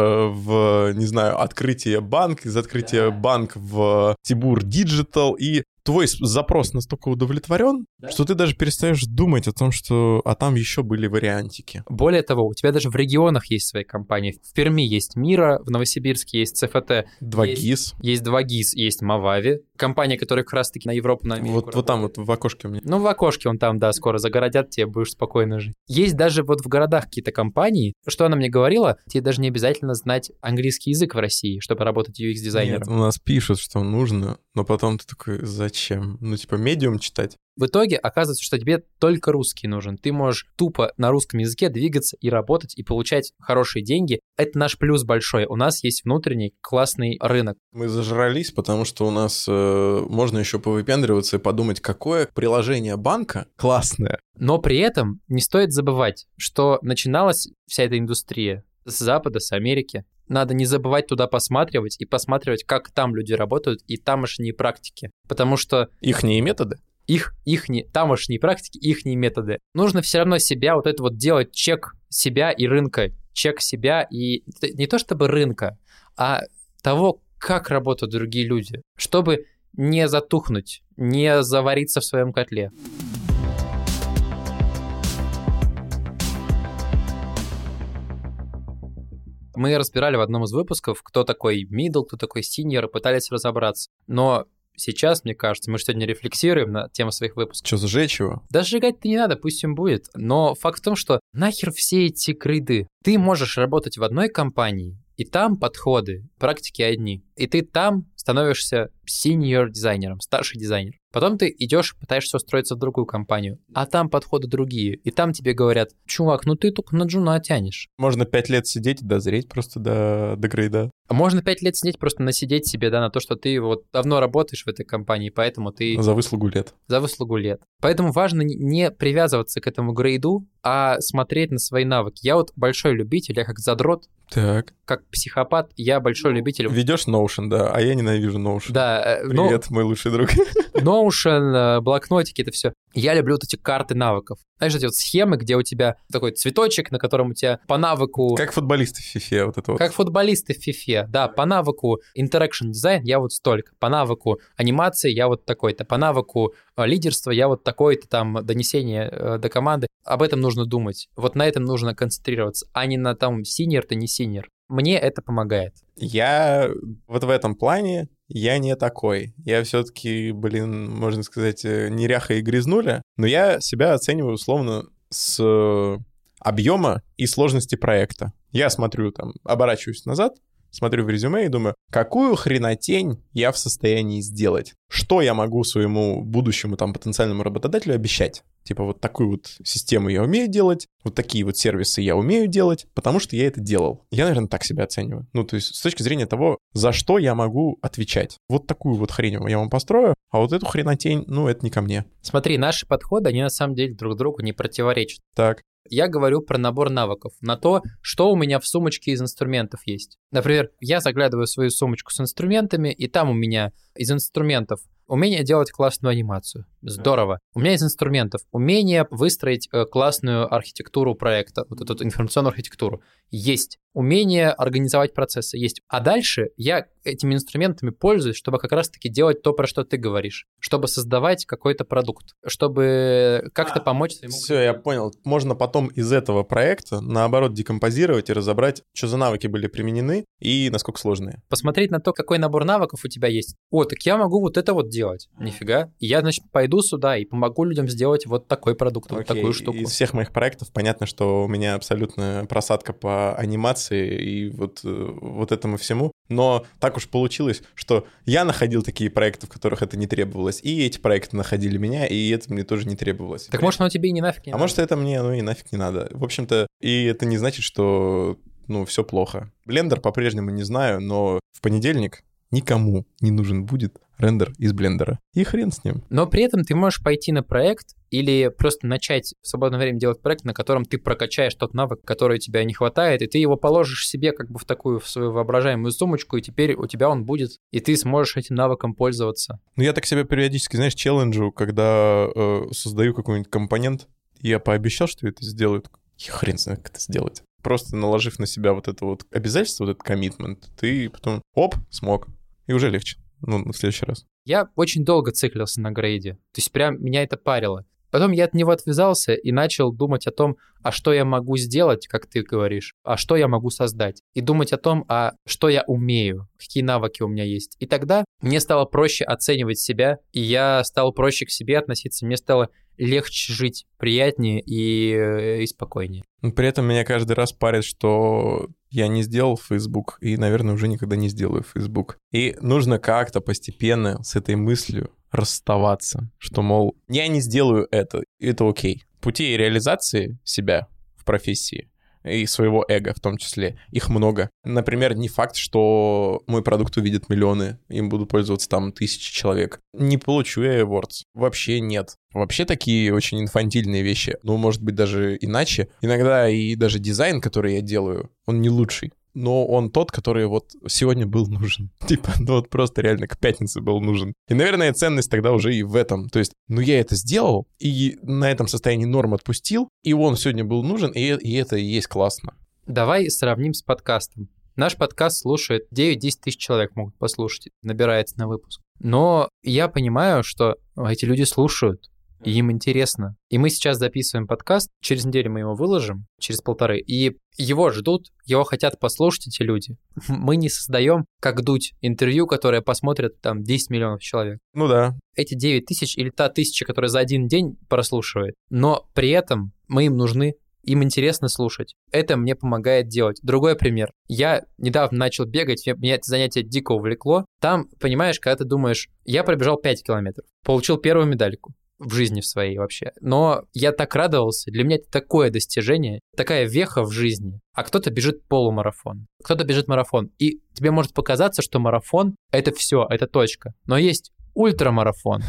в, не знаю, открытие банк, из открытия банк в Тибур Диджитал, и твой запрос настолько удовлетворен, что ты даже перестаешь думать о том, что там еще были вариантики. Более того, у тебя даже в регионах есть свои компании. В Перми есть Мира, в Новосибирске есть ЦФТ. 2GIS. Есть 2GIS, есть Мавави. Компания, которая как раз-таки на Европу, на Америку Вот там вот в окошке у меня. Ну, в окошке он там, да, скоро загородят, тебе будешь спокойно жить. Есть даже вот в городах какие-то компании, что она мне говорила, тебе даже не обязательно знать английский язык в России, чтобы работать UX-дизайнером. Нет, у нас пишут, что нужно, но потом ты такой: зачем? Ну, типа, медиум читать? В итоге оказывается, что тебе только русский нужен. Ты можешь тупо на русском языке двигаться и работать, и получать хорошие деньги. Это наш плюс большой. У нас есть внутренний классный рынок. Мы зажрались, потому что у нас можно еще повыпендриваться и подумать, какое приложение банка классное. Но при этом не стоит забывать, что начиналась вся эта индустрия с Запада, с Америки. Надо не забывать туда посматривать и посматривать, как там люди работают, и тамошние практики. Потому что... Ихние методы? Тамошние практики, ихние методы. Нужно все равно себя вот это вот делать, чек себя и рынка. Чек себя и не то чтобы рынка, а того, как работают другие люди. Чтобы не затухнуть, не завариться в своем котле. Мы разбирали в одном из выпусков, кто такой middle, кто такой senior, и пытались разобраться. Но сейчас, мне кажется, мы сегодня рефлексируем на тему своих выпусков. Что, сжечь его? Да сжигать-то не надо, пусть им будет. Но факт в том, что нахер все эти грейды. Ты можешь работать в одной компании, и там подходы, практики одни. И ты там становишься senior дизайнером, старший дизайнер. Потом ты идешь, пытаешься устроиться в другую компанию, а там подходы другие. И там тебе говорят: чувак, ну ты только на джуна тянешь. Можно 5 лет сидеть и дозреть просто до грейда. Можно 5 лет сидеть, просто насидеть себе, да, на то, что ты вот давно работаешь в этой компании, поэтому ты... За выслугу лет. За выслугу лет. Поэтому важно не привязываться к этому грейду, а смотреть на свои навыки. Я вот большой любитель, я как задрот, Так. как психопат, я большой любитель... Ведешь Notion, да, а я ненавижу Notion. Да. Привет, мой лучший друг. Notion, блокнотики, это все. Я люблю вот эти карты навыков. Знаешь, эти вот схемы, где у тебя такой цветочек, на котором у тебя по навыку... Как футболисты в FIFA, вот это вот. Как футболисты в FIFA, да. По навыку interaction дизайн я вот столько. По навыку анимации я вот такой-то. По навыку лидерства я вот такой-то, там, донесение до команды. Об этом нужно думать. Вот на этом нужно концентрироваться, а не на том, синьор ты, не синьор. Мне это помогает. Я вот в этом плане я не такой. Я все-таки, можно сказать, неряха и грязнуля, но я себя оцениваю условно с объема и сложности проекта. Я смотрю оборачиваюсь назад, смотрю в резюме и думаю, какую хренотень я в состоянии сделать? Что я могу своему будущему потенциальному работодателю обещать? Вот такую вот систему я умею делать, вот такие вот сервисы я умею делать, потому что я это делал. Я, наверное, так себя оцениваю. То есть с точки зрения того, за что я могу отвечать. Вот такую вот хрень я вам построю, а вот эту хренотень, это не ко мне. Смотри, наши подходы, они на самом деле друг другу не противоречат. Так. Я говорю про набор навыков, на то, что у меня в сумочке из инструментов есть. Например, я заглядываю в свою сумочку с инструментами, и там у меня из инструментов умение делать классную анимацию. Здорово. У меня из инструментов умение выстроить классную архитектуру проекта, вот эту информационную архитектуру. Есть. Умение организовать процессы. Есть. А дальше я этими инструментами пользуюсь, чтобы как раз-таки делать то, про что ты говоришь. Чтобы создавать какой-то продукт. Чтобы как-то помочь своему... Все, я понял. Можно потом из этого проекта, наоборот, декомпозировать и разобрать, что за навыки были применены и насколько сложные. Посмотреть на то, какой набор навыков у тебя есть. Так я могу вот это вот делать. Нифига. И я, значит, пойду сюда и помогу людям сделать вот такой продукт, вот такую штуку. Из всех моих проектов понятно, что у меня абсолютно просадка по анимации и вот этому всему. Но так уж получилось, что я находил такие проекты, в которых это не требовалось, и эти проекты находили меня, и это мне тоже не требовалось. Так может, оно тебе и не нафиг не надо. А может, это мне и нафиг не надо. В общем-то, и это не значит, что, все плохо. Blender по-прежнему не знаю, но в понедельник никому не нужен будет рендер из блендера. И хрен с ним. Но при этом ты можешь пойти на проект или просто начать в свободное время делать проект, на котором ты прокачаешь тот навык, который тебе не хватает, и ты его положишь себе в свою воображаемую сумочку, и теперь у тебя он будет, и ты сможешь этим навыком пользоваться. Я так себя периодически, челленджу, когда создаю какой-нибудь компонент, я пообещал, что это сделаю. Я хрен знает, как это сделать. Просто наложив на себя вот это вот обязательство, вот этот коммитмент, ты потом, смог. И уже легче. В следующий раз. Я очень долго циклился на грейде. То есть прям меня это парило. Потом я от него отвязался и начал думать о том, а что я могу сделать, как ты говоришь, а что я могу создать. И думать о том, а что я умею, какие навыки у меня есть. И тогда мне стало проще оценивать себя, и я стал проще к себе относиться. Мне стало легче жить, приятнее и спокойнее. При этом меня каждый раз парит, что я не сделал Facebook и, наверное, уже никогда не сделаю Facebook. И нужно как-то постепенно с этой мыслью расставаться, что, мол, я не сделаю это окей. Путей реализации себя в профессии и своего эго в том числе, их много. Например, не факт, что мой продукт увидят миллионы, им будут пользоваться тысячи человек. Не получу я awards. Вообще нет. Вообще такие очень инфантильные вещи. Может быть, даже иначе. Иногда и даже дизайн, который я делаю, он не лучший. Но он тот, который сегодня был нужен. Просто реально к пятнице был нужен. И, наверное, ценность тогда уже и в этом. То есть, я это сделал, и на этом состоянии норм отпустил, и он сегодня был нужен, и это и есть классно. Давай сравним с подкастом. Наш подкаст слушает 9-10 тысяч человек могут послушать, набирается на выпуск. Но я понимаю, что эти люди слушают, и им интересно. И мы сейчас записываем подкаст, через неделю мы его выложим, через 1,5, и его ждут, его хотят послушать эти люди. Мы не создаем, как Дудь, интервью, которое посмотрят 10 миллионов человек. Да. Эти 9 тысяч или та 1000, которая за один день прослушивает. Но при этом мы им нужны, им интересно слушать. Это мне помогает делать. Другой пример. Я недавно начал бегать, меня это занятие дико увлекло. Там, понимаешь, когда ты думаешь, я пробежал 5 километров, получил первую медальку в жизни в своей вообще. Но я так радовался. Для меня это такое достижение, такая веха в жизни. А кто-то бежит полумарафон, кто-то бежит марафон. И тебе может показаться, что марафон — это все, это точка. Но есть ультрамарафон.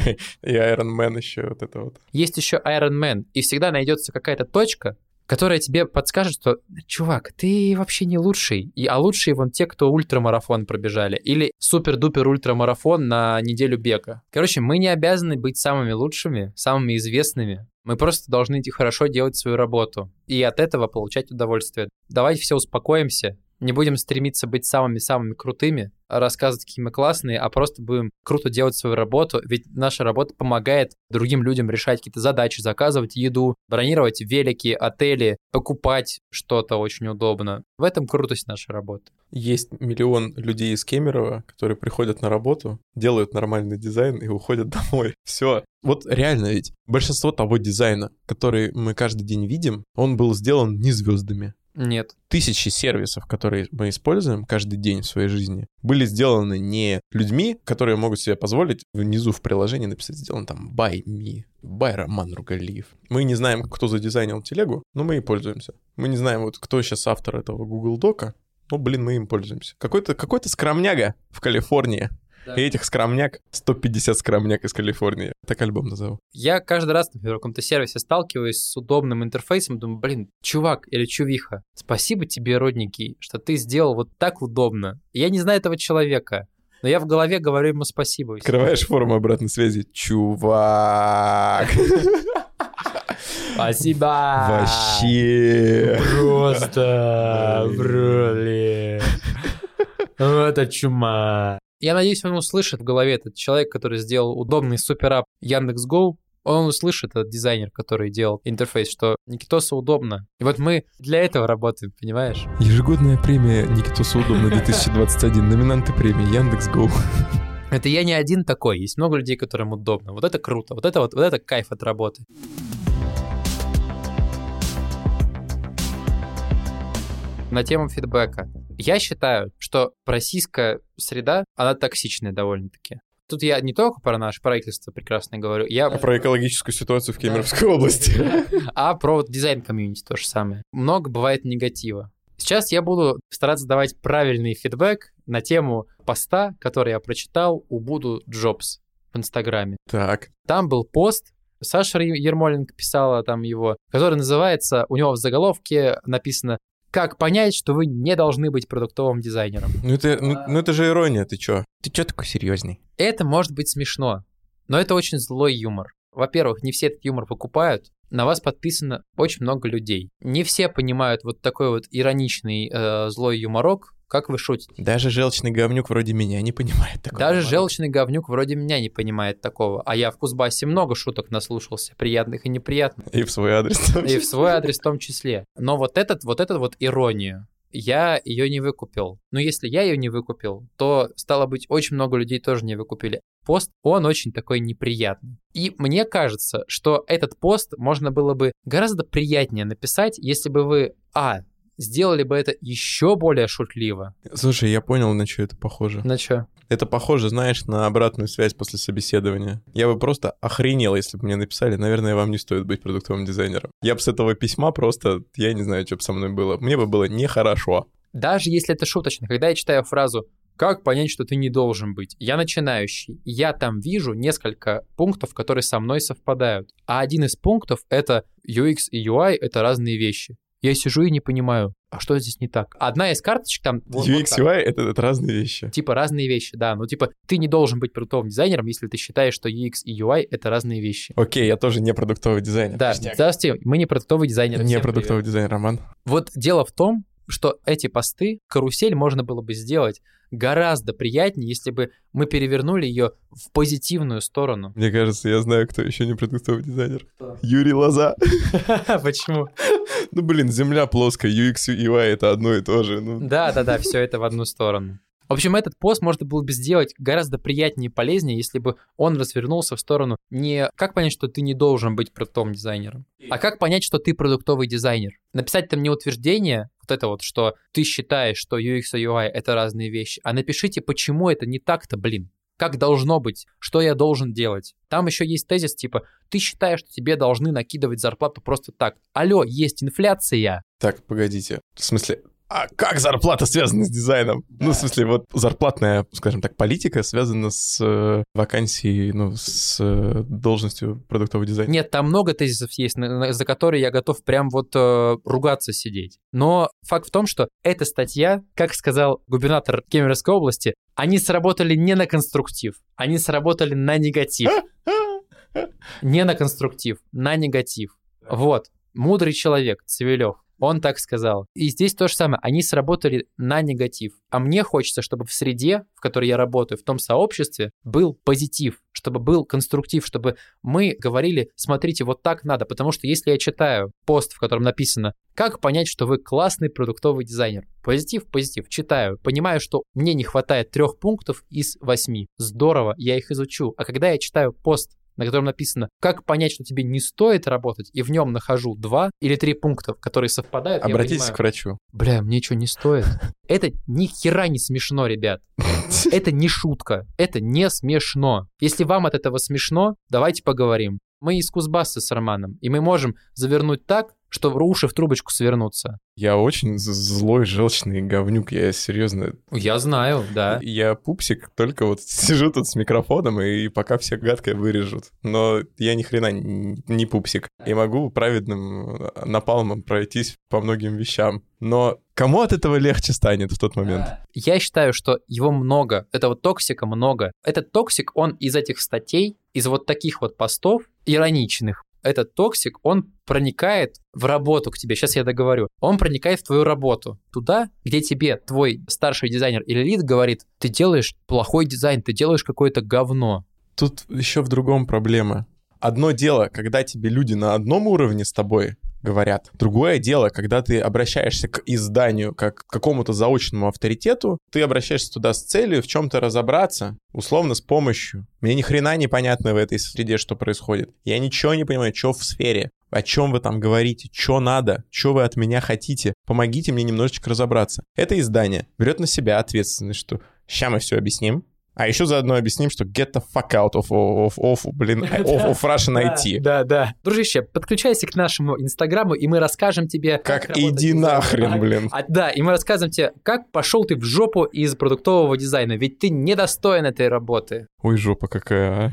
И Iron Man еще это вот. Есть еще Iron Man. И всегда найдется какая-то точка, которая тебе подскажет, что, чувак, ты вообще не лучший. А лучшие те, кто ультрамарафон пробежали. Или супер-дупер ультрамарафон на неделю бега. Короче, мы не обязаны быть самыми лучшими, самыми известными. Мы просто должны хорошо делать свою работу. И от этого получать удовольствие. Давайте все успокоимся Не будем стремиться быть самыми-самыми крутыми, рассказывать, какие мы классные, а просто будем круто делать свою работу, ведь наша работа помогает другим людям решать какие-то задачи, заказывать еду, бронировать велики, отели, покупать что-то очень удобно. В этом крутость нашей работы. Есть миллион людей из Кемерово, которые приходят на работу, делают нормальный дизайн и уходят домой. Все. Вот реально ведь большинство того дизайна, который мы каждый день видим, он был сделан не звездами. Нет. Тысячи сервисов, которые мы используем каждый день в своей жизни, были сделаны не людьми, которые могут себе позволить внизу в приложении написать, сделан там by me, by Роман Ругалиев. Мы не знаем, кто задизайнил телегу, но мы и пользуемся. Мы не знаем, вот кто сейчас автор этого Google Дока, но, мы им пользуемся. Какой-то скромняга в Калифорнии. Да. И этих скромняк, 150 скромняк из Калифорнии. Так альбом назову. Я каждый раз, например, в каком-то сервисе сталкиваюсь с удобным интерфейсом, думаю, чувак или чувиха, спасибо тебе, родненький, что ты сделал вот так удобно. Я не знаю этого человека, но я в голове говорю ему спасибо. Открываешь форму обратной связи. Чувак! Спасибо! Вообще! Просто, блин. Это чума. Я надеюсь, он услышит в голове этот человек, который сделал удобный суперап Яндекс.Го. Он услышит, этот дизайнер, который делал интерфейс, что Никитосу удобно. И вот мы для этого работаем, понимаешь? Ежегодная премия Никитосу удобно 2021. Номинанты премии Яндекс.Го. Это я не один такой. Есть много людей, которым удобно. Вот это круто. Вот это кайф от работы. На тему фидбэка. Я считаю, что российская среда, она токсичная довольно-таки. Тут я не только про наше правительство прекрасно говорю, я... про экологическую ситуацию в Кемеровской области. А про дизайн-комьюнити то же самое. Много бывает негатива. Сейчас я буду стараться давать правильный фидбэк на тему поста, который я прочитал у Буду Джобс в Инстаграме. Так. Там был пост, Саша Ермоленко писала там его, который называется, у него в заголовке написано «Как понять, что вы не должны быть продуктовым дизайнером?» Ну это же ирония, ты чё? Ты чё такой серьезный? Это может быть смешно, но это очень злой юмор. Во-первых, не все этот юмор покупают, на вас подписано очень много людей. Не все понимают вот такой вот ироничный злой юморок, как вы шутите. Даже желчный говнюк вроде меня не понимает такого. Даже желчный говнюк вроде меня не понимает такого. А я в Кузбассе много шуток наслушался, приятных и неприятных. И в свой адрес. И в свой адрес в том числе. Но вот эту иронию, я ее не выкупил. Но если я ее не выкупил, то, стало быть, очень много людей тоже не выкупили. Пост, он очень такой неприятный. И мне кажется, что этот пост можно было бы гораздо приятнее написать, если бы вы, сделали бы это еще более шутливо. Слушай, я понял, на что это похоже. На что? Это похоже, знаешь, на обратную связь после собеседования. Я бы просто охренел, если бы мне написали, наверное, вам не стоит быть продуктовым дизайнером. Я бы с этого письма просто, я не знаю, что бы со мной было. Мне бы было нехорошо. Даже если это шуточно, когда я читаю фразу «Как понять, что ты не должен быть?» Я начинающий. Я там вижу несколько пунктов, которые со мной совпадают. А один из пунктов — это UX и UI — это разные вещи. Я сижу и не понимаю, а что здесь не так? Одна из карточек там... UX, UI — это разные вещи. Типа разные вещи, да. Ну типа ты не должен быть продуктовым дизайнером, если ты считаешь, что UX и UI — это разные вещи. Окей, я тоже не продуктовый дизайнер. Да, здравствуйте, мы не продуктовый дизайнер. Не продуктовый дизайнер, Роман. Вот дело в том, что эти посты, карусель можно было бы сделать гораздо приятнее, если бы мы перевернули ее в позитивную сторону. Мне кажется, я знаю, кто еще не продуктовый дизайнер. Кто? Юрий Лоза. Почему? Земля плоская, UX и UI — это одно и то же. Да, все это в одну сторону. В общем, этот пост можно было бы сделать гораздо приятнее и полезнее, если бы он развернулся в сторону не «как понять, что ты не должен быть продуктовым дизайнером», а «как понять, что ты продуктовый дизайнер». Написать там не утверждение, что ты считаешь, что UX и UI — это разные вещи, а напишите, почему это не так-то, как должно быть, что я должен делать. Там еще есть тезис типа «ты считаешь, что тебе должны накидывать зарплату просто так». Алло, есть инфляция. Так, погодите, в смысле... А как зарплата связана с дизайном? Да. В смысле, вот зарплатная, скажем так, политика связана с вакансией, с должностью продуктового дизайнера. Нет, там много тезисов есть, за которые я готов прям ругаться сидеть. Но факт в том, что эта статья, как сказал губернатор Кемеровской области, они сработали не на конструктив, они сработали на негатив. Не на конструктив, на негатив. Вот. Мудрый человек, Цивилев. Он так сказал. И здесь то же самое. Они сработали на негатив. А мне хочется, чтобы в среде, в которой я работаю, в том сообществе, был позитив, чтобы был конструктив, чтобы мы говорили, смотрите, вот так надо. Потому что если я читаю пост, в котором написано, как понять, что вы классный продуктовый дизайнер? Позитив, читаю. Понимаю, что мне не хватает 3 пунктов из 8. Здорово, я их изучу. А когда я читаю пост, на котором написано, как понять, что тебе не стоит работать, и в нем нахожу 2 или 3 пункта, которые совпадают. Обратитесь к врачу. Бля, мне что, не стоит? Это ни хера не смешно, ребят. Это не шутка. Это не смешно. Если вам от этого смешно, давайте поговорим. Мы из Кузбасса с Романом, и мы можем завернуть так, что уши в трубочку свернутся. Я очень злой, желчный говнюк, я серьезно... Я знаю, да. Я пупсик, только вот сижу тут с микрофоном, и пока все гадкое вырежут. Но я ни хрена не пупсик. И могу праведным напалмом пройтись по многим вещам. Но кому от этого легче станет в тот момент? Я считаю, что его много, этого токсика много. Этот токсик, он из этих статей, из вот таких вот постов ироничных, этот токсик, он проникает в работу к тебе. Сейчас я договорю. Он проникает в твою работу. Туда, где тебе твой старший дизайнер или лид говорит, ты делаешь плохой дизайн, ты делаешь какое-то говно. Тут еще в другом проблема. Одно дело, когда тебе люди на одном уровне с тобой говорят. Другое дело, когда ты обращаешься к изданию как к какому-то заочному авторитету, ты обращаешься туда с целью в чем-то разобраться, условно с помощью. Мне ни хрена не понятно в этой среде, что происходит. Я ничего не понимаю, что в сфере, о чем вы там говорите, что надо, что вы от меня хотите. Помогите мне немножечко разобраться. Это издание берет на себя ответственность, что ща мы все объясним. А еще заодно объясним, что get the fuck out of Russian IT. Да. Дружище, подключайся к нашему инстаграму, и мы расскажем тебе... Как иди нахрен, блин. Да, и мы расскажем тебе, как пошел ты в жопу из продуктового дизайна, ведь ты недостоин этой работы. Ой, жопа какая, а.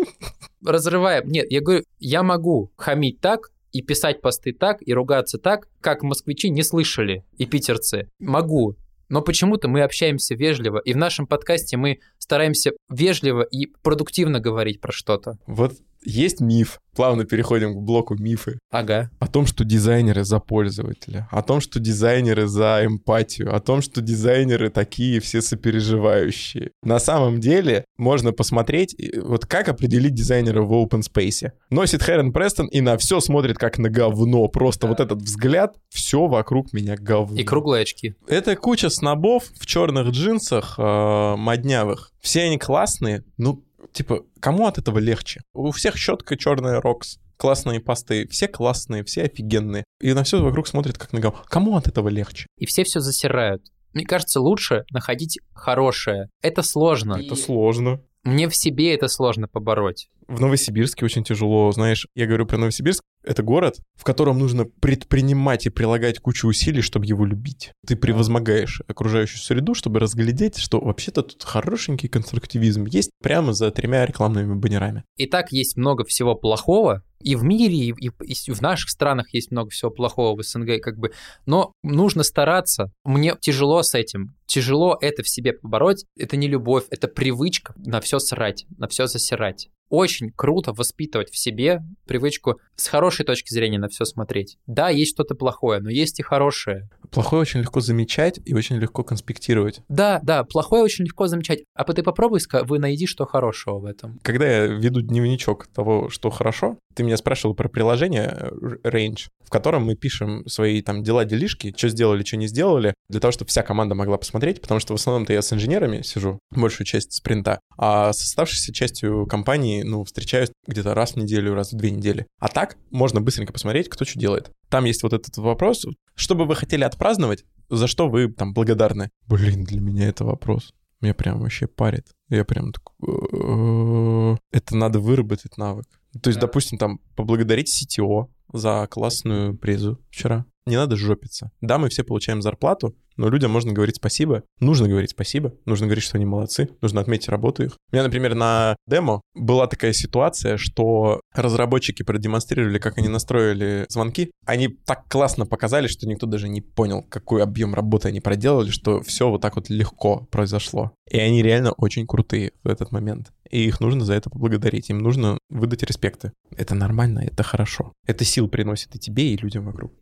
Разрываем. Нет, я говорю, я могу хамить так, и писать посты так, и ругаться так, как москвичи не слышали, и питерцы. Могу. Но почему-то мы общаемся вежливо, и в нашем подкасте мы стараемся вежливо и продуктивно говорить про что-то. Вот есть миф, плавно переходим к блоку мифы. Ага. О том, что дизайнеры за пользователя, о том, что дизайнеры за эмпатию, о том, что дизайнеры такие все сопереживающие. На самом деле можно посмотреть, вот как определить дизайнера в open space. Носит Хэрон Престон и на все смотрит как на говно. Просто вот этот взгляд, все вокруг меня говно. И круглые очки. Это куча снобов в черных джинсах моднявых. Все они классные, ну, типа, кому от этого легче? У всех щетка черная Рокс, классные посты, все классные, все офигенные. И на все вокруг смотрят как на говно. Кому от этого легче? И все засирают. Мне кажется, лучше находить хорошее. Это сложно. Это сложно. Мне в себе это сложно побороть. В Новосибирске очень тяжело, знаешь. Я говорю про Новосибирск. Это город, в котором нужно предпринимать и прилагать кучу усилий, чтобы его любить. Ты превозмогаешь окружающую среду, чтобы разглядеть, что вообще-то тут хорошенький конструктивизм есть прямо за 3 рекламными баннерами. И так есть много всего плохого. И в мире, и в наших странах есть много всего плохого, в СНГ как бы. Но нужно стараться. Мне тяжело с этим. Тяжело это в себе побороть. Это не любовь, это привычка на все срать, на все засирать. Очень круто воспитывать в себе привычку с хорошей точки зрения на все смотреть. Да, есть что-то плохое, но есть и хорошее. Плохое очень легко замечать и очень легко конспектировать. Да, плохое очень легко замечать. А ты попробуй, вы найди, что хорошего в этом. Когда я веду дневничок того, что хорошо, ты меня спрашивал про приложение Range, в котором мы пишем свои там дела-делишки, что сделали, что не сделали, для того, чтобы вся команда могла посмотреть, потому что в основном-то я с инженерами сижу, большую часть спринта, а с оставшейся частью компании, встречаюсь где-то раз в неделю, раз в 2 недели. А так можно быстренько посмотреть, кто что делает. Там есть вот этот вопрос, что бы вы хотели отпраздновать, за что вы там благодарны? Блин, для меня это вопрос. Меня прям вообще парит. Я прям такой... Это надо выработать навык. То есть, допустим, там поблагодарить CTO за классную презу вчера. Не надо жопиться. Да, мы все получаем зарплату, но людям можно говорить спасибо. Нужно говорить спасибо. Нужно говорить, что они молодцы. Нужно отметить работу их. У меня, например, на демо была такая ситуация, что разработчики продемонстрировали, как они настроили звонки. Они так классно показали, что никто даже не понял, какой объем работы они проделали, что все вот так вот легко произошло. И они реально очень крутые в этот момент. И их нужно за это поблагодарить. Им нужно выдать респекты. Это нормально, это хорошо. Это сил приносит и тебе, и людям вокруг.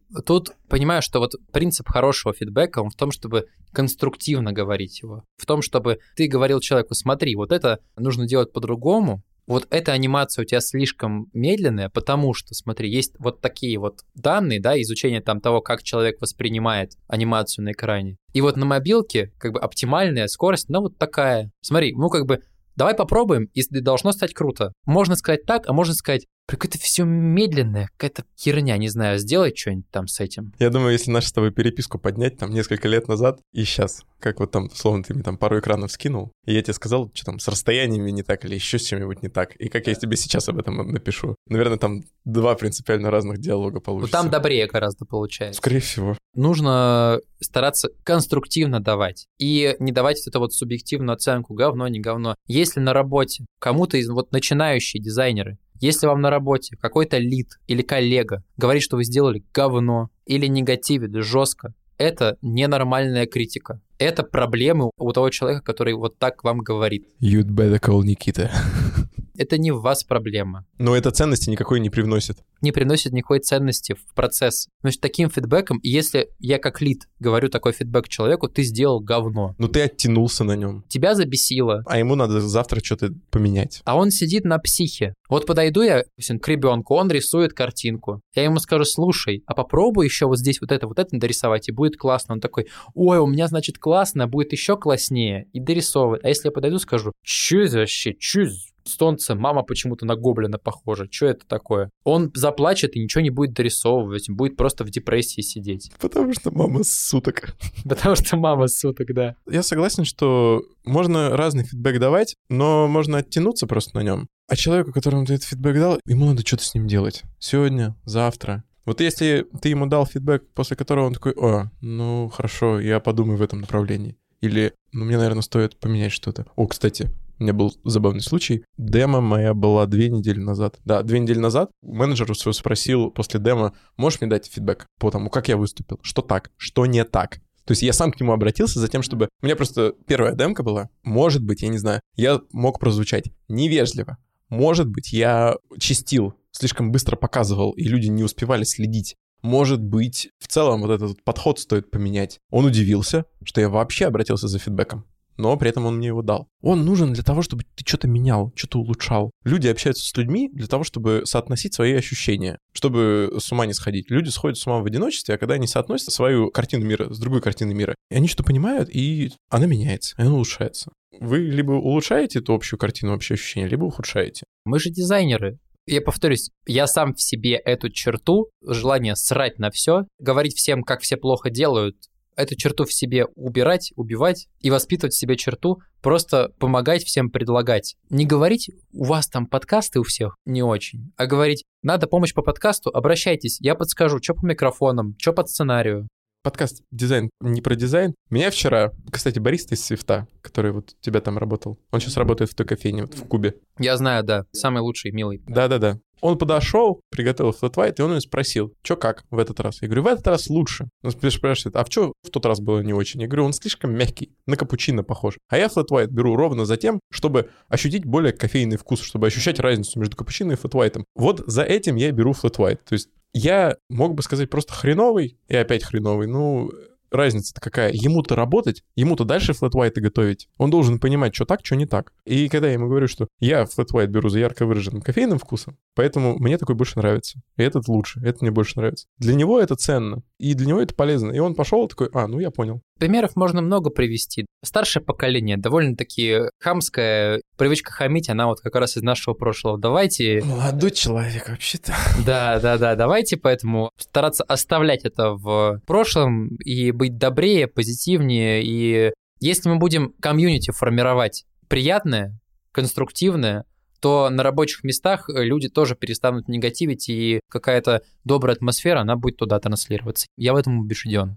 тут понимаю, что вот принцип хорошего фидбэка, он в том, чтобы конструктивно говорить его. В том, чтобы ты говорил человеку, смотри, вот это нужно делать по-другому, вот эта анимация у тебя слишком медленная, потому что, смотри, есть вот такие вот данные, да, изучение там того, как человек воспринимает анимацию на экране. И вот на мобилке как бы оптимальная скорость, ну, вот такая. Смотри, ну, как бы, давай попробуем, и должно стать круто. Можно сказать так, а можно сказать, какое-то все медленное, какая-то херня, не знаю, сделай что-нибудь там с этим. Я думаю, если нашу с тобой переписку поднять там несколько лет назад и сейчас, как вот там, словно ты мне там пару экранов скинул, и я тебе сказал, что там с расстояниями не так или еще с чем-нибудь не так, и как я тебе сейчас об этом напишу. Наверное, там 2 принципиально разных диалога получится. Ну, там добрее гораздо получается. Скорее всего. Нужно стараться конструктивно давать и не давать вот эту вот субъективную оценку, говно, не говно. Если на работе кому-то из вот начинающие дизайнеры, если вам на работе какой-то лид или коллега говорит, что вы сделали говно или негативит жестко, это ненормальная критика. Это проблемы у того человека, который вот так вам говорит. You'd better call Nikita. Это не в вас проблема. Но это ценности никакой не привносит. Не приносит никакой ценности в процесс. Значит, таким фидбэком, если я как лид говорю такой фидбэк человеку, ты сделал говно. Но ты оттянулся на нем. Тебя забесило. А ему надо завтра что-то поменять. А он сидит на психе. Вот подойду я к ребенку, он рисует картинку. Я ему скажу, слушай, а попробуй еще вот здесь вот это нарисовать, и будет классно. Он такой, ой, у меня, значит, классно, будет еще класснее. И дорисовывает. А если я подойду, скажу, что это вообще, что эстонца, мама почему-то на гоблина похожа. Что это такое? Он заплачет и ничего не будет дорисовывать, будет просто в депрессии сидеть. Потому что мама суток. Потому что мама суток, да. Я согласен, что можно разный фидбэк давать, но можно оттянуться просто на нем. А человеку, которому ты этот фидбэк дал, ему надо что-то с ним делать. Сегодня, завтра. Вот если ты ему дал фидбэк, после которого он такой, ну хорошо, я подумаю в этом направлении. Или, мне, наверное, стоит поменять что-то. Кстати, у меня был забавный случай. Демо моя была 2 недели назад. Да, 2 недели назад менеджер спросил после демо, можешь мне дать фидбэк по тому, как я выступил? Что так? Что не так? То есть я сам к нему обратился за тем, чтобы... У меня просто первая демка была. Может быть, я не знаю, я мог прозвучать невежливо. Может быть, я чистил, слишком быстро показывал, и люди не успевали следить. Может быть, в целом вот этот подход стоит поменять. Он удивился, что я вообще обратился за фидбэком. Но при этом он мне его дал. Он нужен для того, чтобы ты что-то менял, что-то улучшал. Люди общаются с людьми для того, чтобы соотносить свои ощущения, чтобы с ума не сходить. Люди сходят с ума в одиночестве, а когда они соотносят свою картину мира с другой картиной мира, и они что-то понимают, и она меняется, она улучшается. Вы либо улучшаете эту общую картину, общее ощущение, либо ухудшаете. Мы же дизайнеры. Я повторюсь, я сам в себе эту черту, желание срать на все, говорить всем, как все плохо делают, эту черту в себе убирать, убивать и воспитывать в себе черту, просто помогать всем предлагать. Не говорить, у вас там подкасты у всех не очень, а говорить, надо помощь по подкасту, обращайтесь, я подскажу, что по микрофонам, что по сценарию. Подкаст «Дизайн не про дизайн». Меня вчера, кстати, бариста из Свифта, который вот у тебя там работал, он сейчас работает в той кофейне, вот в Кубе. Я знаю, да, самый лучший, милый. Да-да-да. Он подошел, приготовил flat white, и он меня спросил, что как в этот раз? Я говорю, в этот раз лучше. Он спрашивает, а в что в тот раз было не очень? Я говорю, он слишком мягкий, на капучино похож. А я flat white беру ровно за тем, чтобы ощутить более кофейный вкус, чтобы ощущать разницу между капучино и flat white. Вот за этим я беру flat white. То есть я мог бы сказать просто хреновый и опять хреновый. Ну, разница-то какая? Ему-то работать, ему-то дальше flat white готовить. Он должен понимать, что так, что не так. И когда я ему говорю, что я flat white беру за ярко выраженным кофейным вкусом, поэтому мне такой больше нравится. И этот лучше, это мне больше нравится. Для него это ценно, и для него это полезно. И он пошел такой, ну я понял. Примеров можно много привести. Старшее поколение довольно-таки хамское. Привычка хамить, она вот как раз из нашего прошлого. Давайте... Молодой человек вообще-то. Да. Давайте поэтому стараться оставлять это в прошлом и быть добрее, позитивнее. И если мы будем комьюнити формировать приятное, конструктивное, то на рабочих местах люди тоже перестанут негативить, и какая-то добрая атмосфера, она будет туда транслироваться. Я в этом убежден.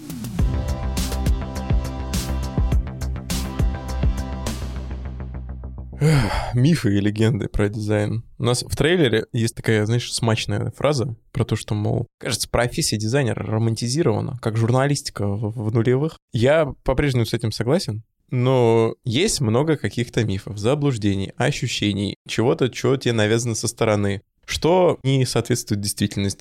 Мифы и легенды про дизайн. У нас в трейлере есть такая, знаешь, смачная фраза про то, что, мол, кажется, профессия дизайнера романтизирована, как журналистика в нулевых. Я по-прежнему с этим согласен, но есть много каких-то мифов, заблуждений, ощущений, чего-то, что тебе навязано со стороны, что не соответствует действительности.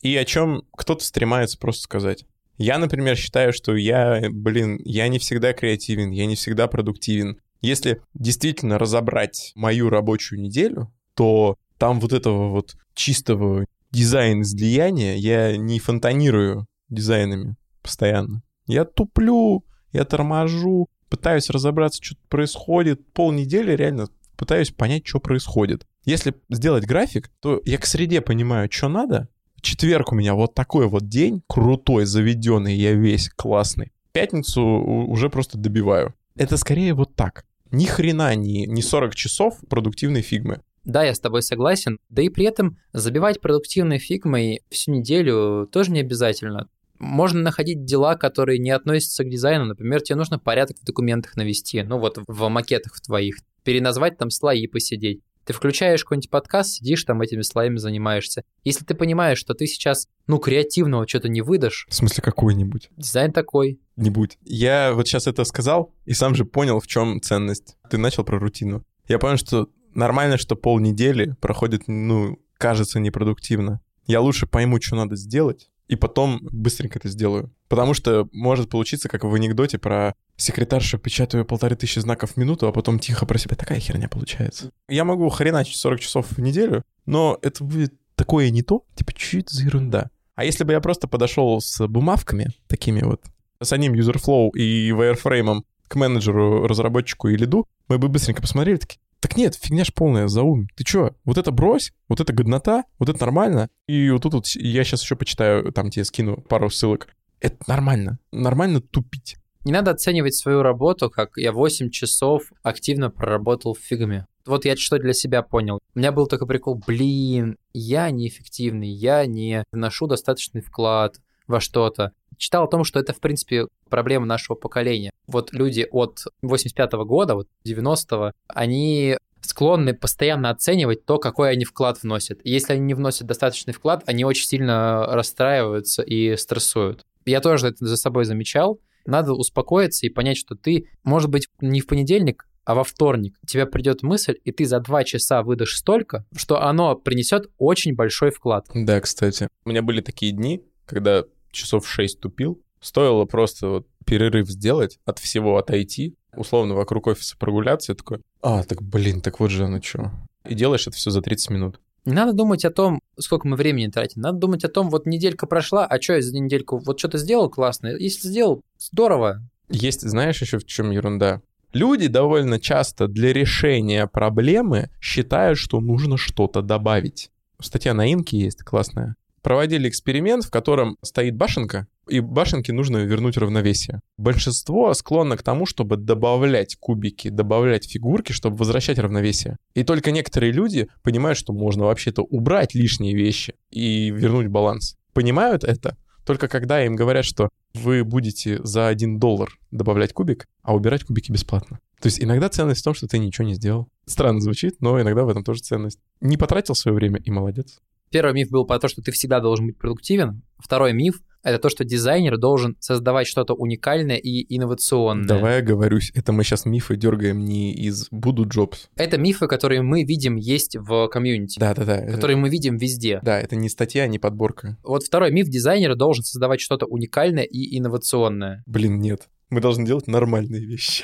и о чем кто-то стремается просто сказать. Я, например, считаю, что я не всегда креативен, я не всегда продуктивен. Если действительно разобрать мою рабочую неделю, то там вот этого вот чистого дизайн-излияния я не фонтанирую дизайнами постоянно. Я туплю, я торможу, пытаюсь разобраться, что происходит. Полнедели реально пытаюсь понять, что происходит. Если сделать график, то я к среде понимаю, что надо. В четверг у меня вот такой вот день, крутой, заведенный, я весь классный. В пятницу уже просто добиваю. Это скорее вот так. Ни хрена не 40 часов продуктивной фигмы. Да, я с тобой согласен. Да и при этом забивать продуктивной фигмой всю неделю тоже не обязательно. Можно находить дела, которые не относятся к дизайну. Например, тебе нужно порядок в документах навести, ну вот в макетах в твоих. Переназвать там слои и посидеть. Ты включаешь какой-нибудь подкаст, сидишь там этими слоями занимаешься. Если ты понимаешь, что ты сейчас, креативного что-то не выдашь... В смысле, какой-нибудь? Dизайн такой. Не будь. Я вот сейчас это сказал и сам же понял, в чем ценность. Ты начал про рутину. Я понял, что нормально, что полнедели проходит, кажется, непродуктивно. Я лучше пойму, что надо сделать, и потом быстренько это сделаю. Потому что может получиться, как в анекдоте про секретаршу, печатаю 1500 знаков в минуту, а потом тихо про себя. Такая херня получается. Я могу хреначить 40 часов в неделю, но это будет такое не то, чуть-чуть за ерунда. А если бы я просто подошел с бумажками, такими вот, с одним userflow и wireframe к менеджеру, разработчику и лиду, мы бы быстренько посмотрели, такие, так нет, фигня ж полная, заум. Ты чё, вот это брось, вот это годнота, вот это нормально. И вот тут вот я сейчас еще почитаю, там тебе скину пару ссылок. Это нормально. Нормально тупить. Не надо оценивать свою работу, как я 8 часов активно проработал в фигме. Вот я что для себя понял. У меня был такой прикол, я неэффективный, я не вношу достаточный вклад во что-то. Читал о том, что это, в принципе, проблема нашего поколения. Вот люди от 85-го года, 90-го, они склонны постоянно оценивать то, какой они вклад вносят. И если они не вносят достаточный вклад, они очень сильно расстраиваются и стрессуют. Я тоже это за собой замечал. Надо успокоиться и понять, что ты, может быть, не в понедельник, а во вторник тебе придет мысль, и ты за 2 часа выдашь столько, что оно принесет очень большой вклад. Да, кстати. У меня были такие дни, когда часов 6 тупил, стоило просто перерыв сделать, от всего отойти, условно вокруг офиса прогуляться, и такой, так вот же оно что. И делаешь это все за 30 минут. Не надо думать о том, сколько мы времени тратим. Надо думать о том, неделька прошла, а что я за недельку что-то сделал классное? Если сделал, здорово. Есть, знаешь, еще в чем ерунда? Люди довольно часто для решения проблемы считают, что нужно что-то добавить. Статья на Инке есть классная. Проводили эксперимент, в котором стоит башенка, и башенке нужно вернуть равновесие. Большинство склонно к тому, чтобы добавлять кубики, добавлять фигурки, чтобы возвращать равновесие. И только некоторые люди понимают, что можно вообще-то убрать лишние вещи и вернуть баланс. Понимают это только когда им говорят, что вы будете за $1 добавлять кубик, а убирать кубики бесплатно. То есть иногда ценность в том, что ты ничего не сделал. Странно звучит, но иногда в этом тоже ценность. Не потратил свое время и молодец. Первый миф был про то, что ты всегда должен быть продуктивен. Второй миф — это то, что дизайнер должен создавать что-то уникальное и инновационное. Давай оговорюсь, это мы сейчас мифы дергаем не из Voodoo Jobs. Это мифы, которые мы видим есть в комьюнити. Да. Которые мы видим везде. Да, это не статья, не подборка. Вот второй миф — дизайнер должен создавать что-то уникальное и инновационное. Нет. Мы должны делать нормальные вещи.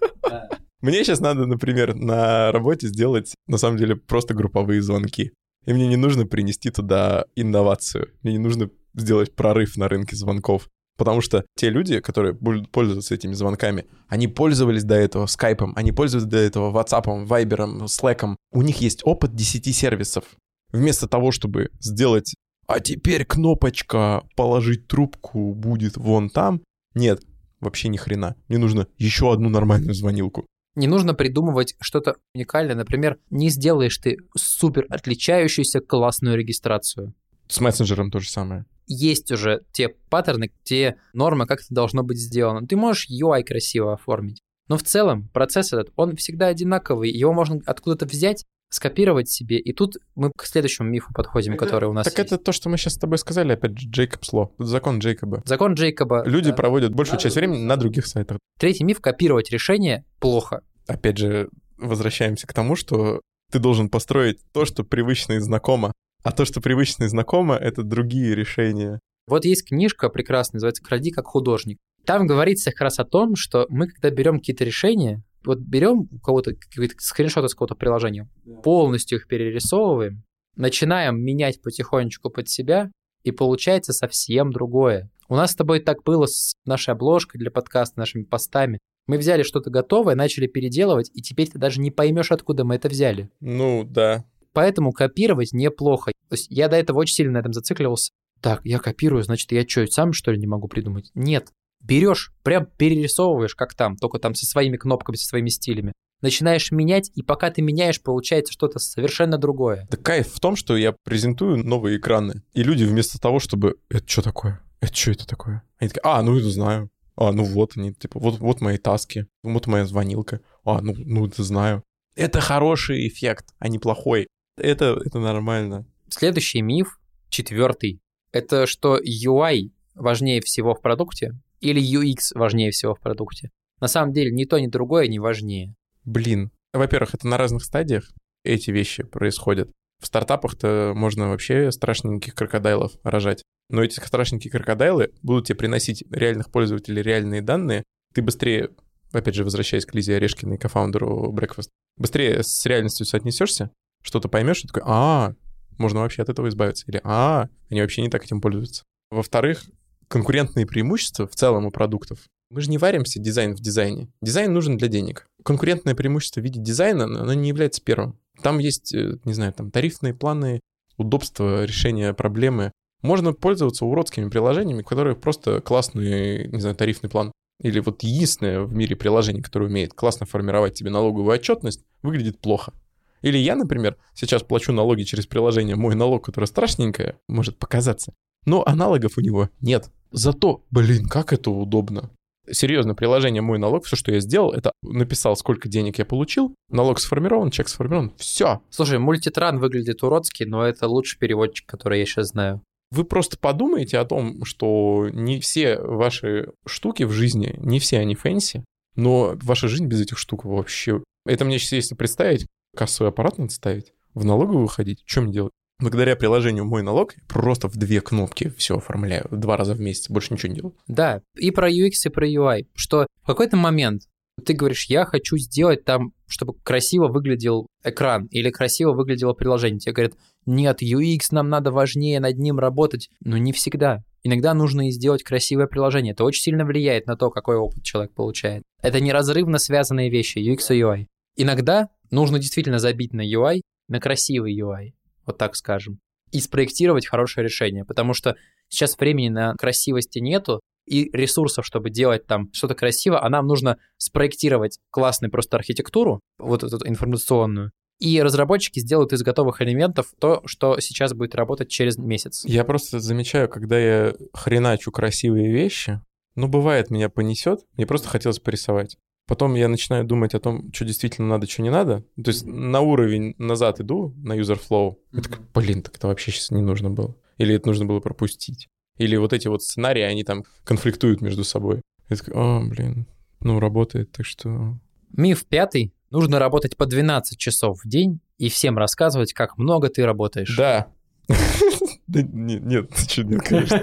Мне сейчас надо, например, на работе сделать, на самом деле, просто групповые звонки. И мне не нужно принести туда инновацию. Мне не нужно сделать прорыв на рынке звонков. Потому что те люди, которые будут пользоваться этими звонками, они пользовались до этого скайпом, они пользовались до этого ватсапом, вайбером, слэком. У них есть опыт 10 сервисов. Вместо того, чтобы сделать, а теперь кнопочка «положить трубку» будет вон там. Нет, вообще ни хрена. Мне нужно еще одну нормальную звонилку. Не нужно придумывать что-то уникальное. Например, не сделаешь ты супер отличающуюся классную регистрацию. С мессенджером то же самое. Есть уже те паттерны, те нормы, как это должно быть сделано. Ты можешь UI красиво оформить. Но в целом процесс этот, он всегда одинаковый. Его можно откуда-то взять, скопировать себе. И тут мы к следующему мифу подходим, который у нас так есть. Это то, что мы сейчас с тобой сказали, опять же, Джейкобс Ло. Закон Джейкоба. Закон Джейкоба. Люди проводят большую часть времени на других сайтах. Третий миф — копировать решение плохо. Опять же, возвращаемся к тому, что ты должен построить то, что привычно и знакомо, А то, что привычно и знакомо, это другие решения. Вот есть книжка прекрасная, называется «Кради как художник». Там говорится как раз о том, что мы, когда берем какие-то решения, вот берем у кого-то какие-то скриншоты с какого-то приложения, полностью их перерисовываем, начинаем менять потихонечку под себя, и получается совсем другое. У нас с тобой так было с нашей обложкой для подкаста, нашими постами. Мы взяли что-то готовое, начали переделывать, и теперь ты даже не поймешь, откуда мы это взяли. Ну, да. Поэтому копировать неплохо. То есть я до этого очень сильно на этом зацикливался. Так, я копирую, значит, я что, сам, что ли, не могу придумать? Нет. Берешь, прям перерисовываешь, как там, только там со своими кнопками, со своими стилями. Начинаешь менять, и пока ты меняешь, получается что-то совершенно другое. Да кайф в том, что я презентую новые экраны, и люди вместо того, чтобы... Это что такое? Это что это такое? Они такие, ну это знаю. Ну вот они, типа, вот мои таски, вот моя звонилка. Ну это знаю. Это хороший эффект, а не плохой. Это нормально. Следующий миф, 4, это что UI важнее всего в продукте или UX важнее всего в продукте. На самом деле ни то, ни другое не важнее. Блин. Во-первых, это на разных стадиях эти вещи происходят. В стартапах-то можно вообще страшненьких крокодилов рожать. Но эти страшненькие крокодилы будут тебе приносить реальных пользователей, реальные данные. Ты быстрее, опять же, возвращаясь к Лизе Орешкиной, кофаундеру Breakfast, быстрее с реальностью соотнесешься, что-то поймешь, и такой, можно вообще от этого избавиться. Или, они вообще не так этим пользуются. Во-вторых, конкурентные преимущества в целом у продуктов. Мы же не варимся дизайн в дизайне. Дизайн нужен для денег. Конкурентное преимущество в виде дизайна, оно не является первым. Там есть, не знаю, там тарифные планы, удобство решения проблемы. Можно пользоваться уродскими приложениями, которые просто классный, не знаю, тарифный план. Или вот единственное в мире приложение, которое умеет классно формировать тебе налоговую отчетность, выглядит плохо. Или я, например, сейчас плачу налоги через приложение «Мой налог», которое страшненькое, может показаться, но аналогов у него нет. Зато, как это удобно. Серьезно, приложение «Мой налог», все, что я сделал, это написал, сколько денег я получил, налог сформирован, чек сформирован, все. Слушай, мультитран выглядит уродски, но это лучший переводчик, который я сейчас знаю. Вы просто подумайте о том, что не все ваши штуки в жизни, не все они фэнси, но ваша жизнь без этих штук вообще... Это мне сейчас, если представить, кассовый аппарат надо ставить, в налоговую выходить, что мне делать? Благодаря приложению «Мой налог» просто в 2 кнопки все оформляю, 2 раза в месяц, больше ничего не делаю. Да, и про UX, и про UI, что в какой-то момент ты говоришь, я хочу сделать там, чтобы красиво выглядел экран или красиво выглядело приложение. Тебе говорят, нет, UX нам надо важнее над ним работать. Но не всегда. Иногда нужно и сделать красивое приложение. Это очень сильно влияет на то, какой опыт человек получает. Это неразрывно связанные вещи, UX и UI. Иногда нужно действительно забить на UI, на красивый UI, вот так скажем, и спроектировать хорошее решение, потому что сейчас времени на красивости нету, и ресурсов, чтобы делать там что-то красиво, а нам нужно спроектировать классную просто архитектуру, вот эту информационную, и разработчики сделают из готовых элементов то, что сейчас будет работать через месяц. Я просто замечаю, когда я хреначу красивые вещи, бывает, меня понесет, мне просто хотелось порисовать. Потом я начинаю думать о том, что действительно надо, что не надо. То есть на уровень назад иду, на user flow. Я такой, так это вообще сейчас не нужно было. Или это нужно было пропустить. Или вот эти вот сценарии, они там конфликтуют между собой. Я такой, работает, так что... Миф 5. Нужно работать по 12 часов в день и всем рассказывать, как много ты работаешь. Да. Да нет, конечно.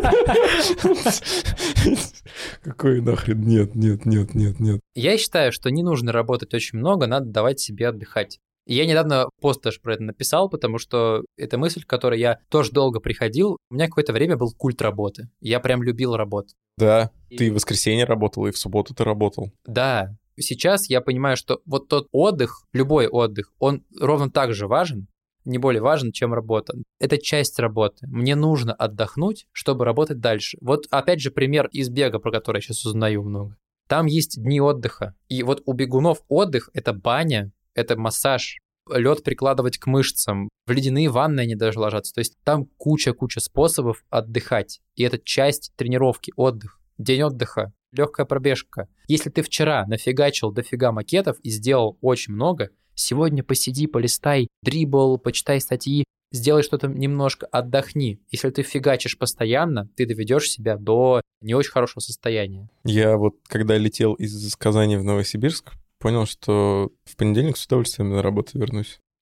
Какой нахрен? Нет. Я считаю, что не нужно работать очень много, надо давать себе отдыхать. И я недавно пост даже про это написал, потому что это мысль, к которой я тоже долго приходил. У меня какое-то время был культ работы. Я прям любил работу. Да, ты и в воскресенье работал, и в субботу ты работал. Да, сейчас я понимаю, что вот тот отдых, любой отдых, он ровно так же важен, не более важен, чем работа. Это часть работы. Мне нужно отдохнуть, чтобы работать дальше. Вот опять же пример из бега, про который я сейчас узнаю много. Там есть дни отдыха. И вот у бегунов отдых – это баня, это массаж, лед прикладывать к мышцам, в ледяные ванны они даже ложатся. То есть там куча способов отдыхать. И это часть тренировки, отдых, день отдыха, легкая пробежка. Если ты вчера нафигачил дофига макетов и сделал очень много, сегодня посиди, полистай, дрибл, почитай статьи, сделай что-то немножко, отдохни. Если ты фигачишь постоянно, ты доведешь себя до не очень хорошего состояния. Я вот, когда летел из Казани в Новосибирск, понял, что в понедельник с удовольствием на работу вернусь.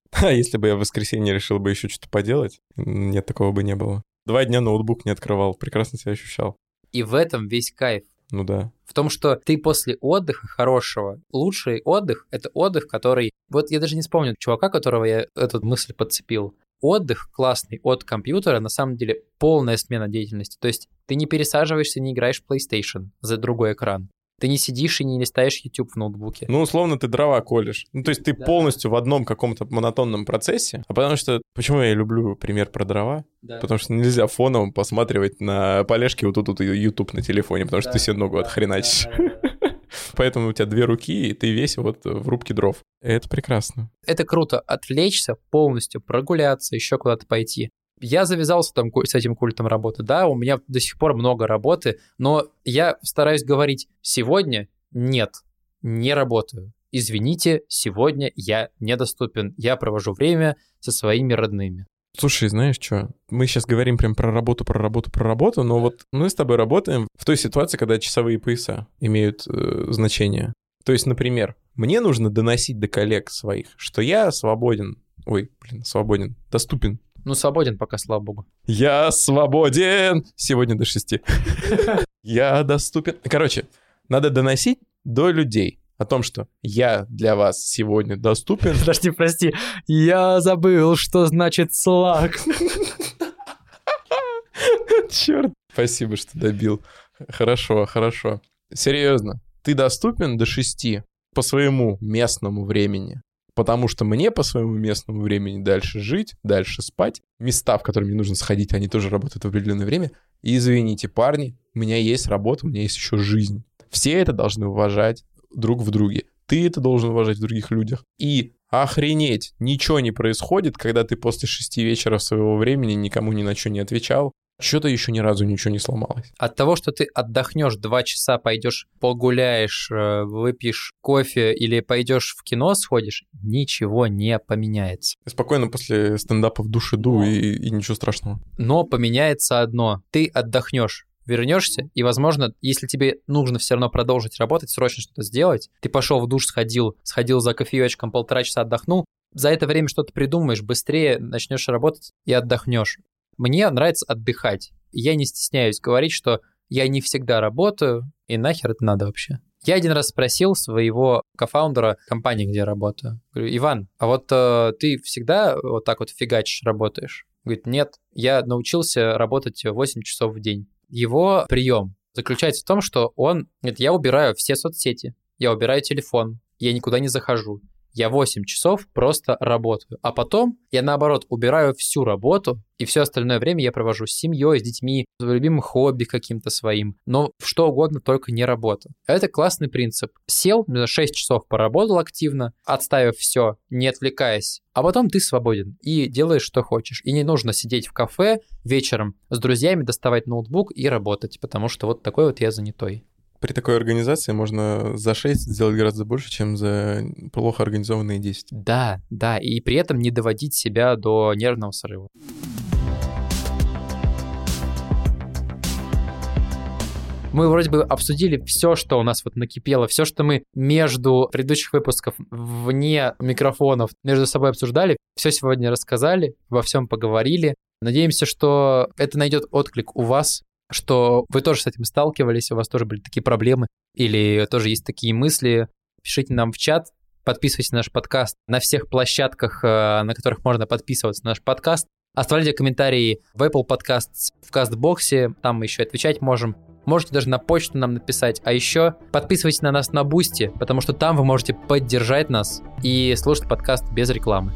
А если бы я в воскресенье решил бы еще что-то поделать, нет, такого бы не было. 2 дня ноутбук не открывал, прекрасно себя ощущал. И в этом весь кайф. Ну да. В том, что ты после отдыха хорошего, лучший отдых — это отдых, который... Вот я даже не вспомню чувака, которого я эту мысль подцепил. Отдых классный от компьютера, на самом деле, полная смена деятельности. То есть ты не пересаживаешься, не играешь в PlayStation за другой экран. Ты не сидишь и не листаешь YouTube в ноутбуке. Ну, условно, ты дрова колешь. Ну, то есть ты полностью в одном каком-то монотонном процессе. А потому что... Почему я люблю пример про дрова? Да. Потому что нельзя фоном посматривать на полежке вот тут YouTube на телефоне, потому что ты себе ногу отхреначишь. Поэтому у тебя 2 руки, и ты весь вот в рубке дров. И это прекрасно. Это круто. Отвлечься полностью, прогуляться, еще куда-то пойти. Я завязался там с этим культом работы. Да, у меня до сих пор много работы, но я стараюсь говорить: сегодня нет, не работаю. Извините, сегодня я недоступен. Я провожу время со своими родными. Слушай, знаешь что? Мы сейчас говорим прям про работу, но вот мы с тобой работаем в той ситуации, когда часовые пояса имеют значение. То есть, например, мне нужно доносить до коллег своих, что я свободен. Доступен. Ну, свободен пока, слава богу. Я свободен! Сегодня до 6. Я доступен. Короче, надо доносить до людей о том, что я для вас сегодня доступен. Подожди, прости. Я забыл, что значит Slack. Черт. Спасибо, что добил. Хорошо. Серьезно. Ты доступен до 6 по своему местному времени. Потому что мне по своему местному времени дальше жить, дальше спать. Места, в которые мне нужно сходить, они тоже работают в определенное время. И извините, парни, у меня есть работа, у меня есть еще жизнь. Все это должны уважать друг в друге. Ты это должен уважать в других людях. И охренеть, ничего не происходит, когда ты после 6 вечера своего времени никому ни на что не отвечал. Что-то еще ни разу ничего не сломалось. От того, что ты отдохнешь 2 часа, пойдешь погуляешь, выпьешь кофе или пойдешь в кино сходишь, ничего не поменяется. Я спокойно после стендапа в душ иду, и ничего страшного. Но поменяется одно. Ты отдохнешь, вернешься, и, возможно, если тебе нужно все равно продолжить работать, срочно что-то сделать, ты пошел в душ, сходил за кофеечком, 1,5 часа отдохнул, за это время что-то придумаешь, быстрее начнешь работать и отдохнешь. Мне нравится отдыхать. Я не стесняюсь говорить, что я не всегда работаю, и нахер это надо вообще. Я один раз спросил своего кофаундера компании, где я работаю. Говорю: Иван, а вот ты всегда вот так вот фигачишь, работаешь? Говорит: нет, я научился работать 8 часов в день. Его прием заключается в том, что он говорит: я убираю все соцсети, я убираю телефон, я никуда не захожу. Я 8 часов просто работаю. А потом я, наоборот, убираю всю работу, и все остальное время я провожу с семьей, с детьми, с любимым хобби каким-то своим. Но что угодно, только не работа. Это классный принцип. Сел, 6 часов поработал активно, отставив все, не отвлекаясь. А потом ты свободен и делаешь, что хочешь. И не нужно сидеть в кафе вечером с друзьями, доставать ноутбук и работать, потому что вот такой вот я занятой. При такой организации можно за 6 сделать гораздо больше, чем за плохо организованные 10. Да, и при этом не доводить себя до нервного срыва. Мы вроде бы обсудили все, что у нас вот накипело, все, что мы между предыдущих выпусков, вне микрофонов, между собой обсуждали, все сегодня рассказали, во всем поговорили. Надеемся, что это найдет отклик у вас, что вы тоже с этим сталкивались, у вас тоже были такие проблемы, или тоже есть такие мысли. Пишите нам в чат, подписывайтесь на наш подкаст на всех площадках, на которых можно подписываться на наш подкаст. Оставляйте комментарии в Apple Podcasts, в Кастбоксе, там мы еще отвечать можем. Можете даже на почту нам написать. А еще подписывайтесь на нас на Boosty, потому что там вы можете поддержать нас и слушать подкаст без рекламы.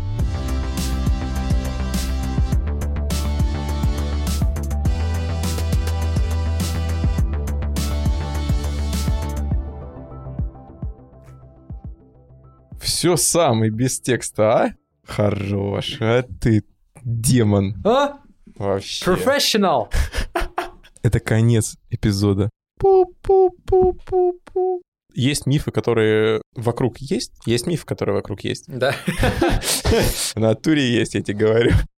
Все сам и без текста, а? Хорош, а ты демон. А? Вообще. Professional. Это конец эпизода. Пу-пу-пу-пу-пу. Есть мифы, которые вокруг есть. Есть мифы, которые вокруг есть. Да. В натуре есть, я тебе говорю.